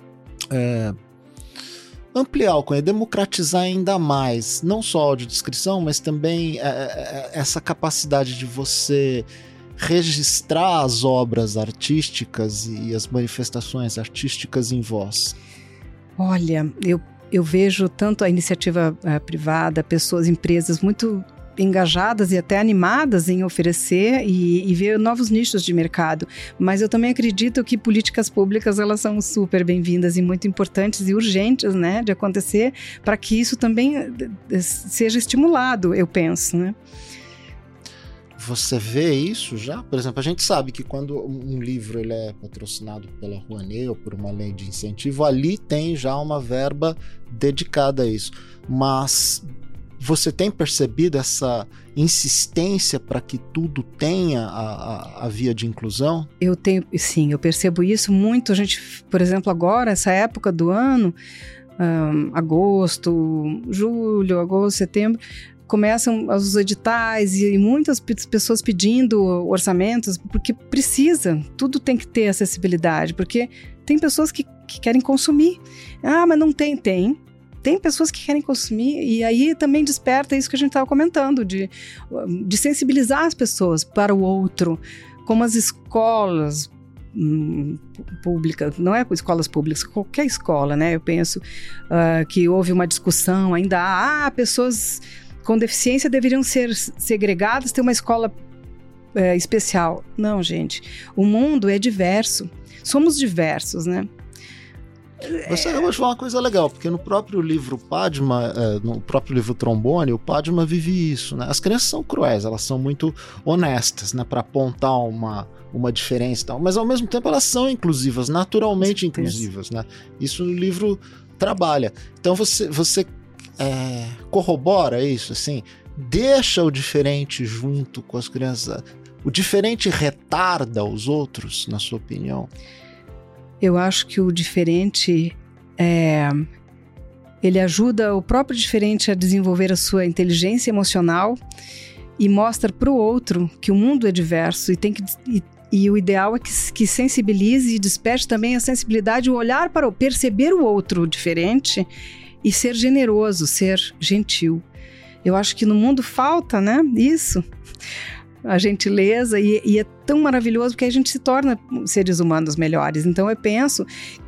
é, ampliar o conhecimento, democratizar ainda mais, não só a audiodescrição, mas também é, é, essa capacidade de você registrar as obras artísticas e as manifestações artísticas em voz? Olha, eu, eu vejo tanto a iniciativa uh, privada, pessoas, empresas muito engajadas e até animadas em oferecer e, e ver novos nichos de mercado, mas eu também acredito que políticas públicas, elas são super bem-vindas e muito importantes e urgentes, né, de acontecer, para que isso também seja estimulado, eu penso, né. Você vê isso já? Por exemplo, a gente sabe que quando um livro ele é patrocinado pela Rouanet ou por uma lei de incentivo, ali tem já uma verba dedicada a isso, mas você tem percebido essa insistência para que tudo tenha a, a, a via de inclusão? Eu tenho, sim, eu percebo isso muito. A gente, por exemplo, agora, essa época do ano, um, agosto, julho, agosto, setembro, começam os editais e muitas pessoas pedindo orçamentos, porque precisa, tudo tem que ter acessibilidade, porque tem pessoas que, que querem consumir. Ah, mas não tem, tem. Tem pessoas que querem consumir e aí também desperta isso que a gente estava comentando, de, de sensibilizar as pessoas para o outro, como as escolas hum, públicas, não é escolas públicas, qualquer escola, né? Eu penso uh, que houve uma discussão ainda, ah, pessoas com deficiência deveriam ser segregadas, ter uma escola uh, especial. Não, gente, o mundo é diverso, somos diversos, né? Você acabou de falar uma coisa legal, porque no próprio livro Padma, no próprio livro Trombone, o Padma vive isso, né? As crianças são cruéis, elas são muito honestas, né? Para apontar uma, uma diferença e tal, mas ao mesmo tempo elas são inclusivas, naturalmente inclusivas, né? Isso no livro trabalha. Então você, você é, corrobora isso, assim, deixa o diferente junto com as crianças. O diferente retarda os outros, na sua opinião? Eu acho que o diferente, é, ele ajuda o próprio diferente a desenvolver a sua inteligência emocional e mostra para o outro que o mundo é diverso e, tem que, e, e o ideal é que, que sensibilize e desperte também a sensibilidade, o olhar para o, perceber o outro diferente e ser generoso, ser gentil. Eu acho que no mundo falta, né, isso. A gentileza, e, e é tão maravilhoso porque a gente se torna seres humanos melhores. Então eu penso que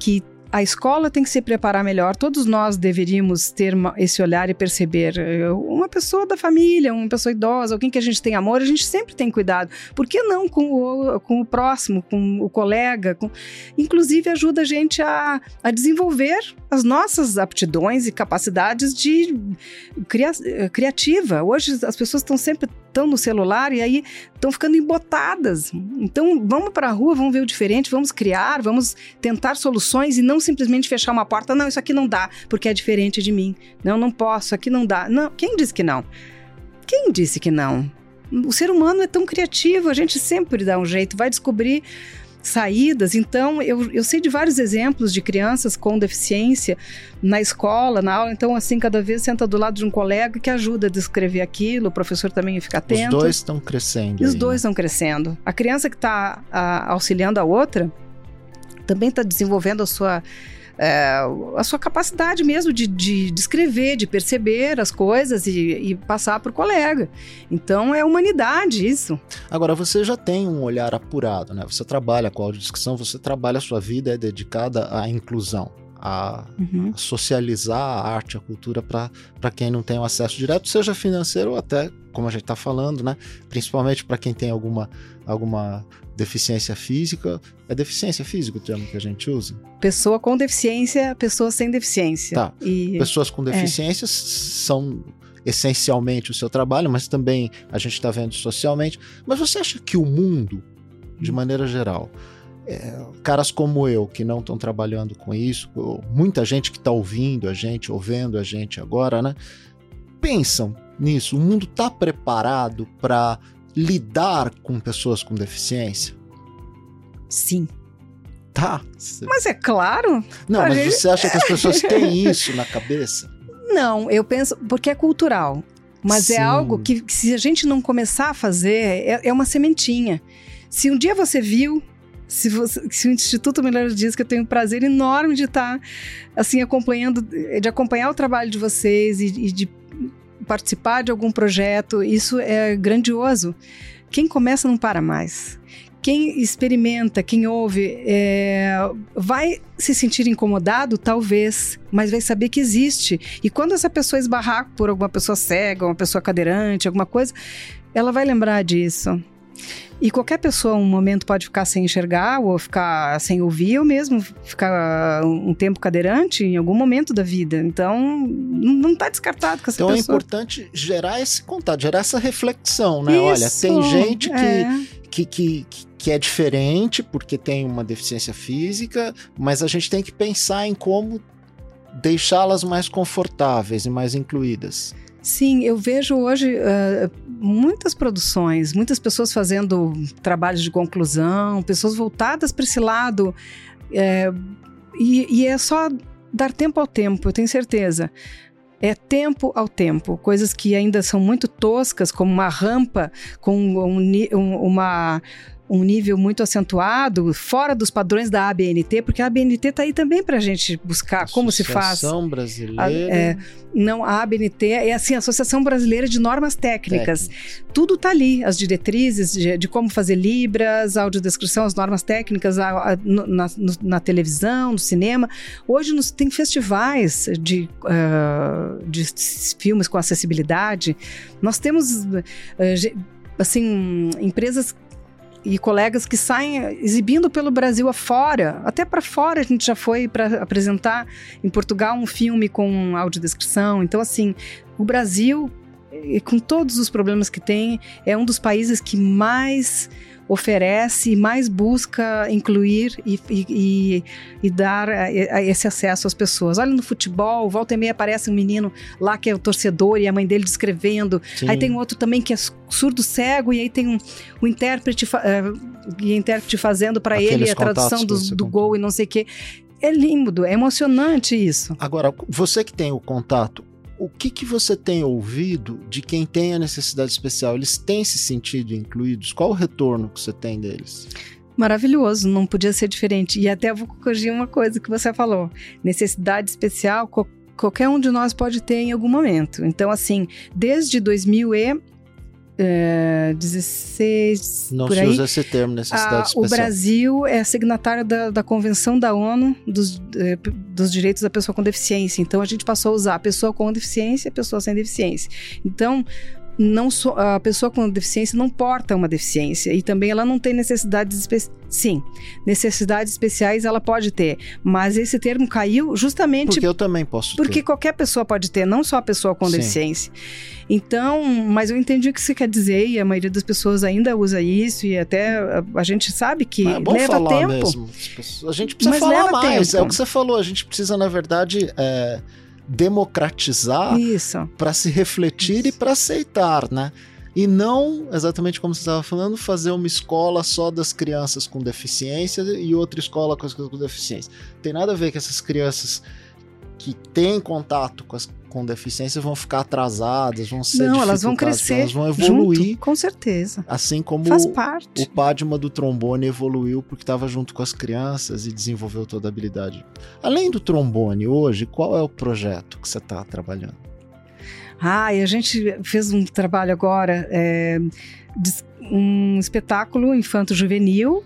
a escola tem que se preparar melhor, todos nós deveríamos ter uma, esse olhar e perceber, uma pessoa da família, uma pessoa idosa, alguém que a gente tem amor, a gente sempre tem cuidado. Por que não com o, com o próximo, com o colega? Com... Inclusive ajuda a gente a, a desenvolver as nossas aptidões e capacidades de cria, criativa. Hoje as pessoas estão sempre estão no celular e aí estão ficando embotadas. Então vamos para a rua, vamos ver o diferente, vamos criar, vamos tentar soluções e não simplesmente fechar uma porta. Não, isso aqui não dá, porque é diferente de mim. Não, não posso, aqui não dá. Não, quem disse que não? Quem disse que não? O ser humano é tão criativo, a gente sempre dá um jeito, vai descobrir saídas. Então, eu, eu sei de vários exemplos de crianças com deficiência na escola, na aula. Então, assim, cada vez senta do lado de um colega que ajuda a descrever aquilo, o professor também fica atento. Os dois estão crescendo. E os aí, dois estão né? crescendo. A criança que está auxiliando a outra também está desenvolvendo a sua... É, a sua capacidade mesmo de, de, de escrever, de perceber as coisas e, e passar para o colega. Então é humanidade isso. Agora, você já tem um olhar apurado, né? Você trabalha com audiodescrição, você trabalha, a sua vida é dedicada à inclusão, a, Uhum. a socializar a arte, a cultura para quem não tem o acesso direto, seja financeiro ou até, como a gente está falando, né? Principalmente para quem tem alguma, alguma deficiência física. É deficiência física o termo que a gente usa? Pessoa com deficiência, pessoa sem deficiência. Tá. E... Pessoas com deficiências é. são essencialmente o seu trabalho, mas também a gente está vendo socialmente. Mas você acha que o mundo, de maneira geral, é, caras como eu, que não estão trabalhando com isso, muita gente que está ouvindo a gente, ouvindo a gente agora, né, pensam nisso? O mundo está preparado para lidar com pessoas com deficiência? Sim. Tá. Mas é claro. Não, mas gente... você acha que as pessoas têm isso na cabeça? Não, eu penso, porque é cultural. Mas Sim. é algo que, que se a gente não começar a fazer, é, é uma sementinha. Se um dia você viu, se, você, se o Instituto Melhores Dias, que eu tenho um prazer enorme de estar assim, acompanhando, de acompanhar o trabalho de vocês e, e de participar de algum projeto, isso é grandioso. Quem começa não para mais. Quem experimenta, quem ouve, é, vai se sentir incomodado, talvez, mas vai saber que existe. E quando essa pessoa esbarrar por alguma pessoa cega, uma pessoa cadeirante, alguma coisa, ela vai lembrar disso. E qualquer pessoa, um momento, pode ficar sem enxergar ou ficar sem ouvir, ou mesmo ficar um tempo cadeirante em algum momento da vida. Então, não está descartado com essa então pessoa. Então é importante gerar esse contato, gerar essa reflexão, né? Isso, olha, tem gente que, é. que, que, que é diferente porque tem uma deficiência física, mas a gente tem que pensar em como deixá-las mais confortáveis e mais incluídas. Sim, eu vejo hoje uh, muitas produções, muitas pessoas fazendo trabalhos de conclusão, pessoas voltadas para esse lado, é, e, e é só dar tempo ao tempo, eu tenho certeza. É tempo ao tempo, coisas que ainda são muito toscas, como uma rampa com um, um, uma... um nível muito acentuado, fora dos padrões da A B N T, porque a A B N T está aí também para a gente buscar Associação como se faz. Associação Brasileira... A, é, não, a A B N T é assim, a Associação Brasileira de Normas Técnicas. Técnicas. Tudo está ali, as diretrizes de, de como fazer libras, audiodescrição, as normas técnicas a, a, na, no, na televisão, no cinema. Hoje nos, tem festivais de, uh, de filmes com acessibilidade. Nós temos, uh, assim, empresas e colegas que saem exibindo pelo Brasil afora. Até para fora a gente já foi para apresentar em Portugal um filme com audiodescrição. Então, assim, o Brasil, com todos os problemas que tem, é um dos países que mais oferece e mais busca incluir e, e, e dar esse acesso às pessoas. Olha, no futebol, volta e meia aparece um menino lá que é o torcedor e a mãe dele descrevendo. Sim. Aí tem um outro também que é surdo cego e aí tem um, um intérprete, uh, e intérprete fazendo para ele a tradução do, do gol e não sei o quê. É lindo, é emocionante isso. Agora, você que tem o contato, o que, que você tem ouvido de quem tem a necessidade especial? Eles têm se sentido incluídos? Qual o retorno que você tem deles? Maravilhoso, não podia ser diferente. E até vou corrigir uma coisa que você falou. Necessidade especial, co- qualquer um de nós pode ter em algum momento. Então, assim, desde dois mil e É, dezesseis... Não por se aí. usa esse termo, necessidade Ah, especial. o Brasil é signatário da, da Convenção da ONU dos, eh, dos Direitos da Pessoa com Deficiência. Então, a gente passou a usar a pessoa com deficiência e a pessoa sem deficiência. Então, não so, a pessoa com deficiência não porta uma deficiência. E também ela não tem necessidades especiais. Sim, necessidades especiais ela pode ter. Mas esse termo caiu justamente... Porque eu também posso Porque ter. qualquer pessoa pode ter, não só a pessoa com Sim. deficiência. Então, mas eu entendi o que você quer dizer e a maioria das pessoas ainda usa isso e até a, a gente sabe que Mas é bom leva falar tempo. mesmo. A gente precisa Mas falar leva mais. tempo. É o que você falou. A gente precisa, na verdade, é, democratizar Isso. para se refletir Isso. e para aceitar, né? E não, exatamente como você estava falando, fazer uma escola só das crianças com deficiência e outra escola com as crianças com deficiência. Tem nada a ver que essas crianças que têm contato com as com deficiência vão ficar atrasadas, vão ser Não, elas vão dificultadas, crescer, elas vão evoluir, junto, com certeza. assim como Faz parte. o Padma do trombone evoluiu porque estava junto com as crianças e desenvolveu toda a habilidade. Além do trombone, hoje, qual é o projeto que você está trabalhando? Ah, e a gente fez um trabalho agora, é, de, um espetáculo infanto-juvenil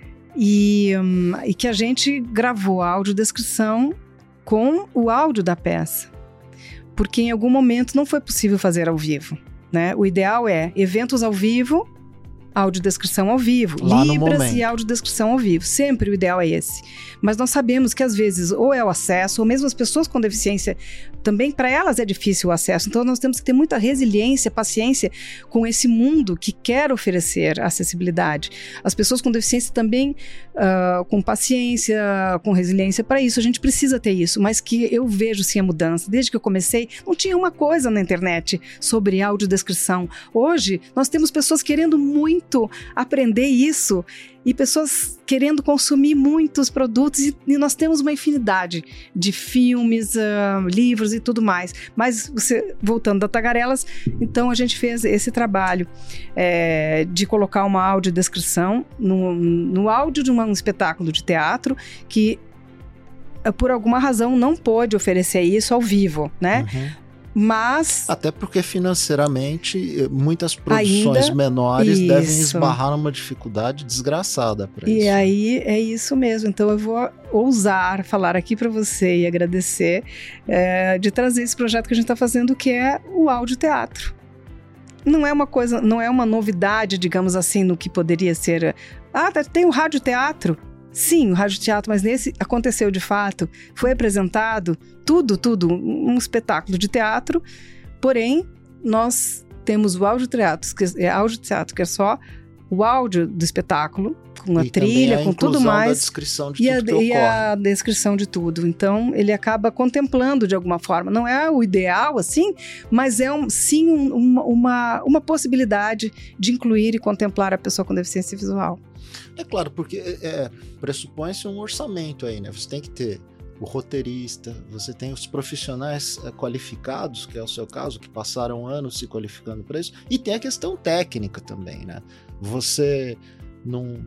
e, um, e que a gente gravou a audiodescrição com o áudio da peça. Porque em algum momento não foi possível fazer ao vivo, né? O ideal é eventos ao vivo, audiodescrição ao vivo, Lá no Libras momento. e audiodescrição ao vivo. Sempre o ideal é esse. Mas nós sabemos que às vezes ou é o acesso, ou mesmo as pessoas com deficiência, também para elas é difícil o acesso. Então nós temos que ter muita resiliência, paciência com esse mundo que quer oferecer acessibilidade. As pessoas com deficiência também, uh, com paciência, com resiliência para isso. A gente precisa ter isso, mas que eu vejo sim a mudança. Desde que eu comecei, não tinha uma coisa na internet sobre audiodescrição. Hoje, nós temos pessoas querendo muito aprender isso e pessoas querendo consumir muitos produtos e, e nós temos uma infinidade de filmes, uh, livros e tudo mais. Mas, você, voltando da Tagarelas, então a gente fez esse trabalho é, de colocar uma audiodescrição no, no áudio de um espetáculo de teatro que, por alguma razão, não pôde oferecer isso ao vivo, né? Uhum. Mas... Até porque financeiramente muitas produções Ainda, menores isso. devem esbarrar numa dificuldade desgraçada para isso. E aí é isso mesmo. Então eu vou ousar falar aqui para você e agradecer é, de trazer esse projeto que a gente está fazendo, que é o audioteatro. Não é uma coisa, não é uma novidade, digamos assim, no que poderia ser. Ah, tem o radioteatro. Sim, o radioteatro, mas nesse aconteceu de fato, foi apresentado tudo, tudo, um espetáculo de teatro, porém, nós temos o audioteatro, que é, audioteatro, que é só o áudio do espetáculo, com a e trilha, a com tudo mais. Da descrição de e, tudo a, que e a descrição de tudo. Então, ele acaba contemplando de alguma forma. Não é o ideal, assim, mas é um, sim um, uma, uma, uma possibilidade de incluir e contemplar a pessoa com deficiência visual. É claro, porque é, pressupõe-se um orçamento aí, né? Você tem que ter o roteirista, você tem os profissionais é, qualificados, que é o seu caso, que passaram anos se qualificando para isso, e tem a questão técnica também, né? Você não,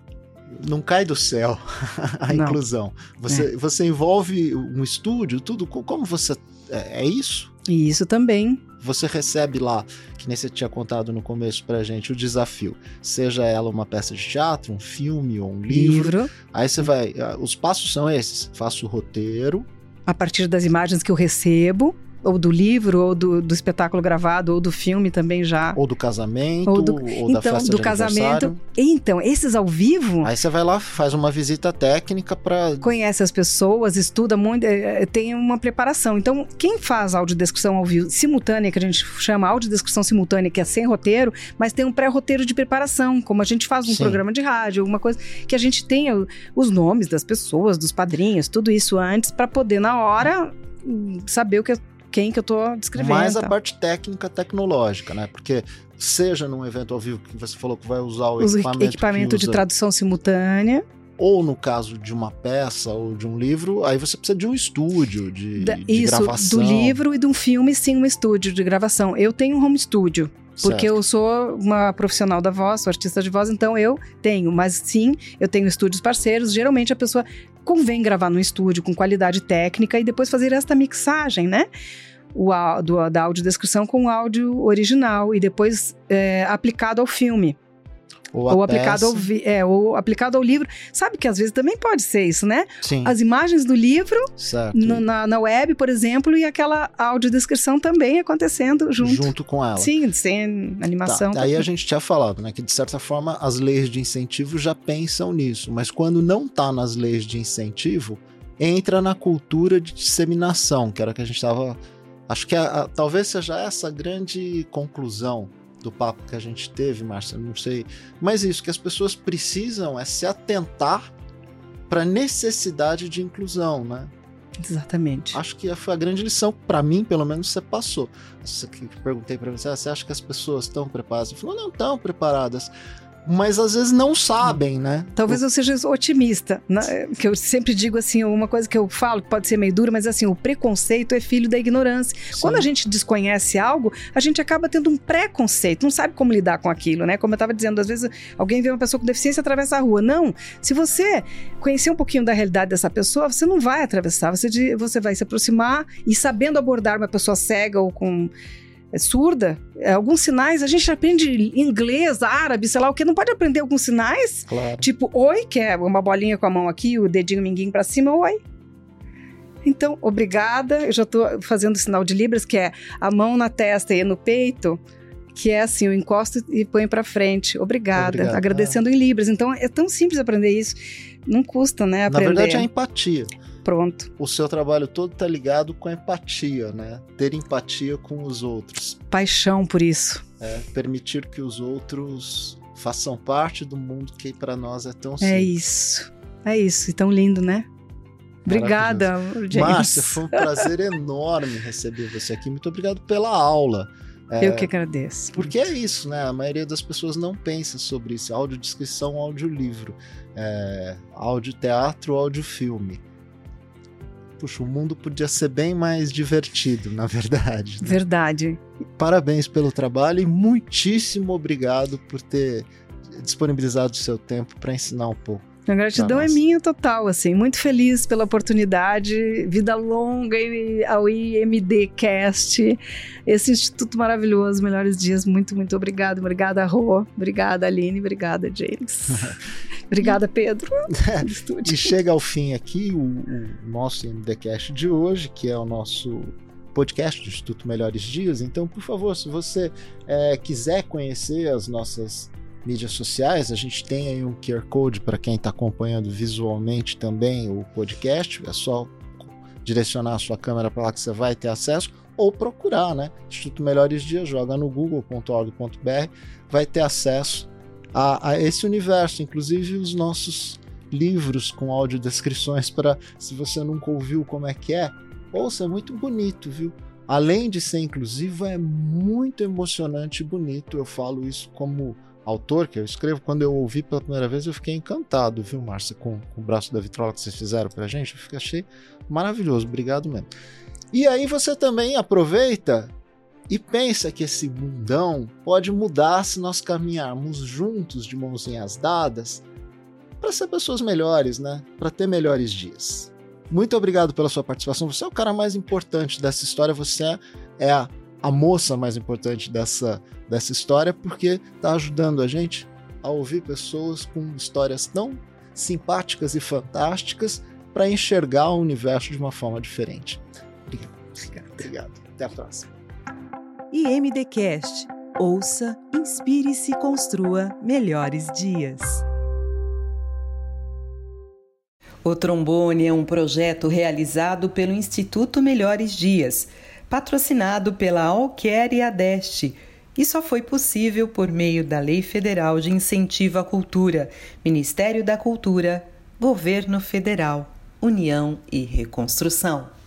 não cai do céu a Não. inclusão. Você, É. você envolve um estúdio, tudo, como você... É, é isso? E isso também. Você recebe lá, que nem você tinha contado no começo pra gente, o desafio. Seja ela uma peça de teatro, um filme ou um livro. Livro. Aí você vai... Os passos são esses. Faço o roteiro. A partir das imagens que eu recebo, ou do livro, ou do, do espetáculo gravado, ou do filme também já. Ou do casamento, Ou do- ou da então, festa do de casamento. aniversário. Então, esses ao vivo, Aí você vai lá, faz uma visita técnica pra... conhece as pessoas, estuda muito, é, é, tem uma preparação. Então, quem faz audiodescrição ao vivo simultânea, que a gente chama audiodescrição simultânea, que é sem roteiro, mas tem um pré-roteiro de preparação, como a gente faz um Sim. programa de rádio, alguma coisa, que a gente tenha o- os nomes das pessoas, dos padrinhos, tudo isso antes, para poder, na hora, hum, saber o que, quem que eu tô descrevendo. Mais a tá? parte técnica, tecnológica, né? Porque seja num evento ao vivo que você falou que vai usar o Os equipamento, equipamento que de usa, tradução simultânea. ou no caso de uma peça ou de um livro, aí você precisa de um estúdio de, Da- de isso, gravação. do livro e de um filme, sim, um estúdio de gravação. Eu tenho um home studio, porque Certo. eu sou uma profissional da voz, sou artista de voz, então eu tenho. Mas sim, eu tenho estúdios parceiros. Geralmente a pessoa convém gravar no estúdio com qualidade técnica e depois fazer esta mixagem, né? o, do, da audiodescrição com o áudio original e depois é, aplicado ao filme. Ou, ou, aplicado ao vi- é, ou aplicado ao livro. Sabe que às vezes também pode ser isso, né? Sim. As imagens do livro no, na, na web, por exemplo, e aquela audiodescrição também acontecendo junto. Junto com ela. Sim, sem animação. Tá, aí a gente tinha falado, né, que de certa forma as leis de incentivo já pensam nisso, mas quando não está nas leis de incentivo, entra na cultura de disseminação, que era o que a gente estava... Acho que a, a, talvez seja essa a grande conclusão do papo que a gente teve, Márcia, não sei. Mas isso, que as pessoas precisam é se atentar para a necessidade de inclusão, né? Exatamente. Acho que foi a grande lição, para mim, pelo menos, você passou. Eu perguntei para você, ah, você acha que as pessoas estão preparadas? Você falou, não estão preparadas. Mas às vezes não sabem, né? Talvez eu seja otimista, né? Que eu sempre digo assim, uma coisa que eu falo que pode ser meio dura, mas assim, o preconceito é filho da ignorância. Sim. Quando a gente desconhece algo, a gente acaba tendo um preconceito, não sabe como lidar com aquilo, né? Como eu estava dizendo, às vezes alguém vê uma pessoa com deficiência e atravessa a rua. Não, se você conhecer um pouquinho da realidade dessa pessoa, você não vai atravessar, você, você vai se aproximar e sabendo abordar uma pessoa cega ou com... É surda, é, alguns sinais, a gente aprende inglês, árabe, sei lá o que, não pode aprender alguns sinais? Claro. Tipo, oi, que é uma bolinha com a mão aqui, o dedinho minguinho pra cima, oi. Então, obrigada, eu já tô fazendo o sinal de Libras, que é a mão na testa e no peito, que é assim, eu encosto e ponho pra frente, obrigada, Obrigado, agradecendo é. em Libras. Então, é tão simples aprender isso, não custa, né, aprender. Na verdade, é a empatia. Pronto. O seu trabalho todo tá ligado com a empatia, né? Ter empatia com os outros. Paixão por isso. É, permitir que os outros façam parte do mundo que para nós é tão simples. É isso. É isso. E tão lindo, né? Obrigada, James. Márcia, foi um prazer enorme receber você aqui. Muito obrigado pela aula. É, Eu que agradeço. Porque é isso, né? A maioria das pessoas não pensa sobre isso. Audiodescrição, audiolivro, é, audioteatro, audiofilme. Puxa, o mundo podia ser bem mais divertido, na verdade. Né? Verdade. Parabéns pelo trabalho e muitíssimo obrigado por ter disponibilizado o seu tempo para ensinar um pouco. A gratidão é minha total, assim, muito feliz pela oportunidade, vida longa ao IMDcast, esse instituto maravilhoso, melhores dias, muito, muito obrigada, obrigada Rô, obrigada Aline, obrigada James, obrigada Pedro. E chega ao fim aqui o, o nosso IMDcast de hoje, que é o nosso podcast do Instituto Melhores Dias, então por favor, se você é, quiser conhecer as nossas mídias sociais, a gente tem aí um Q R Code para quem está acompanhando visualmente também o podcast, é só direcionar a sua câmera para lá que você vai ter acesso, ou procurar, né? Instituto Melhores Dias, joga no google ponto org ponto b r, vai ter acesso a, a esse universo, inclusive os nossos livros com audiodescrições para, se você nunca ouviu como é que é, ouça, é muito bonito, viu? Além de ser inclusivo, é muito emocionante e bonito, eu falo isso como autor que eu escrevo, quando eu ouvi pela primeira vez eu fiquei encantado, viu, Márcia, com, com o braço da vitrola que vocês fizeram pra gente, eu fiquei, achei maravilhoso, obrigado mesmo. E aí você também aproveita e pensa que esse mundão pode mudar se nós caminharmos juntos, de mãozinhas dadas, para ser pessoas melhores, né, para ter melhores dias. Muito obrigado pela sua participação, você é o cara mais importante dessa história, você é a, a moça mais importante dessa dessa história, porque está ajudando a gente a ouvir pessoas com histórias tão simpáticas e fantásticas para enxergar o universo de uma forma diferente. Obrigado. Obrigado. Obrigado. Até a próxima. IMDcast. Ouça, inspire-se e construa melhores dias. O Trombone é um projeto realizado pelo Instituto Melhores Dias, patrocinado pela Alquer e Adeste, e só foi possível por meio da Lei Federal de Incentivo à Cultura, Ministério da Cultura, Governo Federal, União e Reconstrução.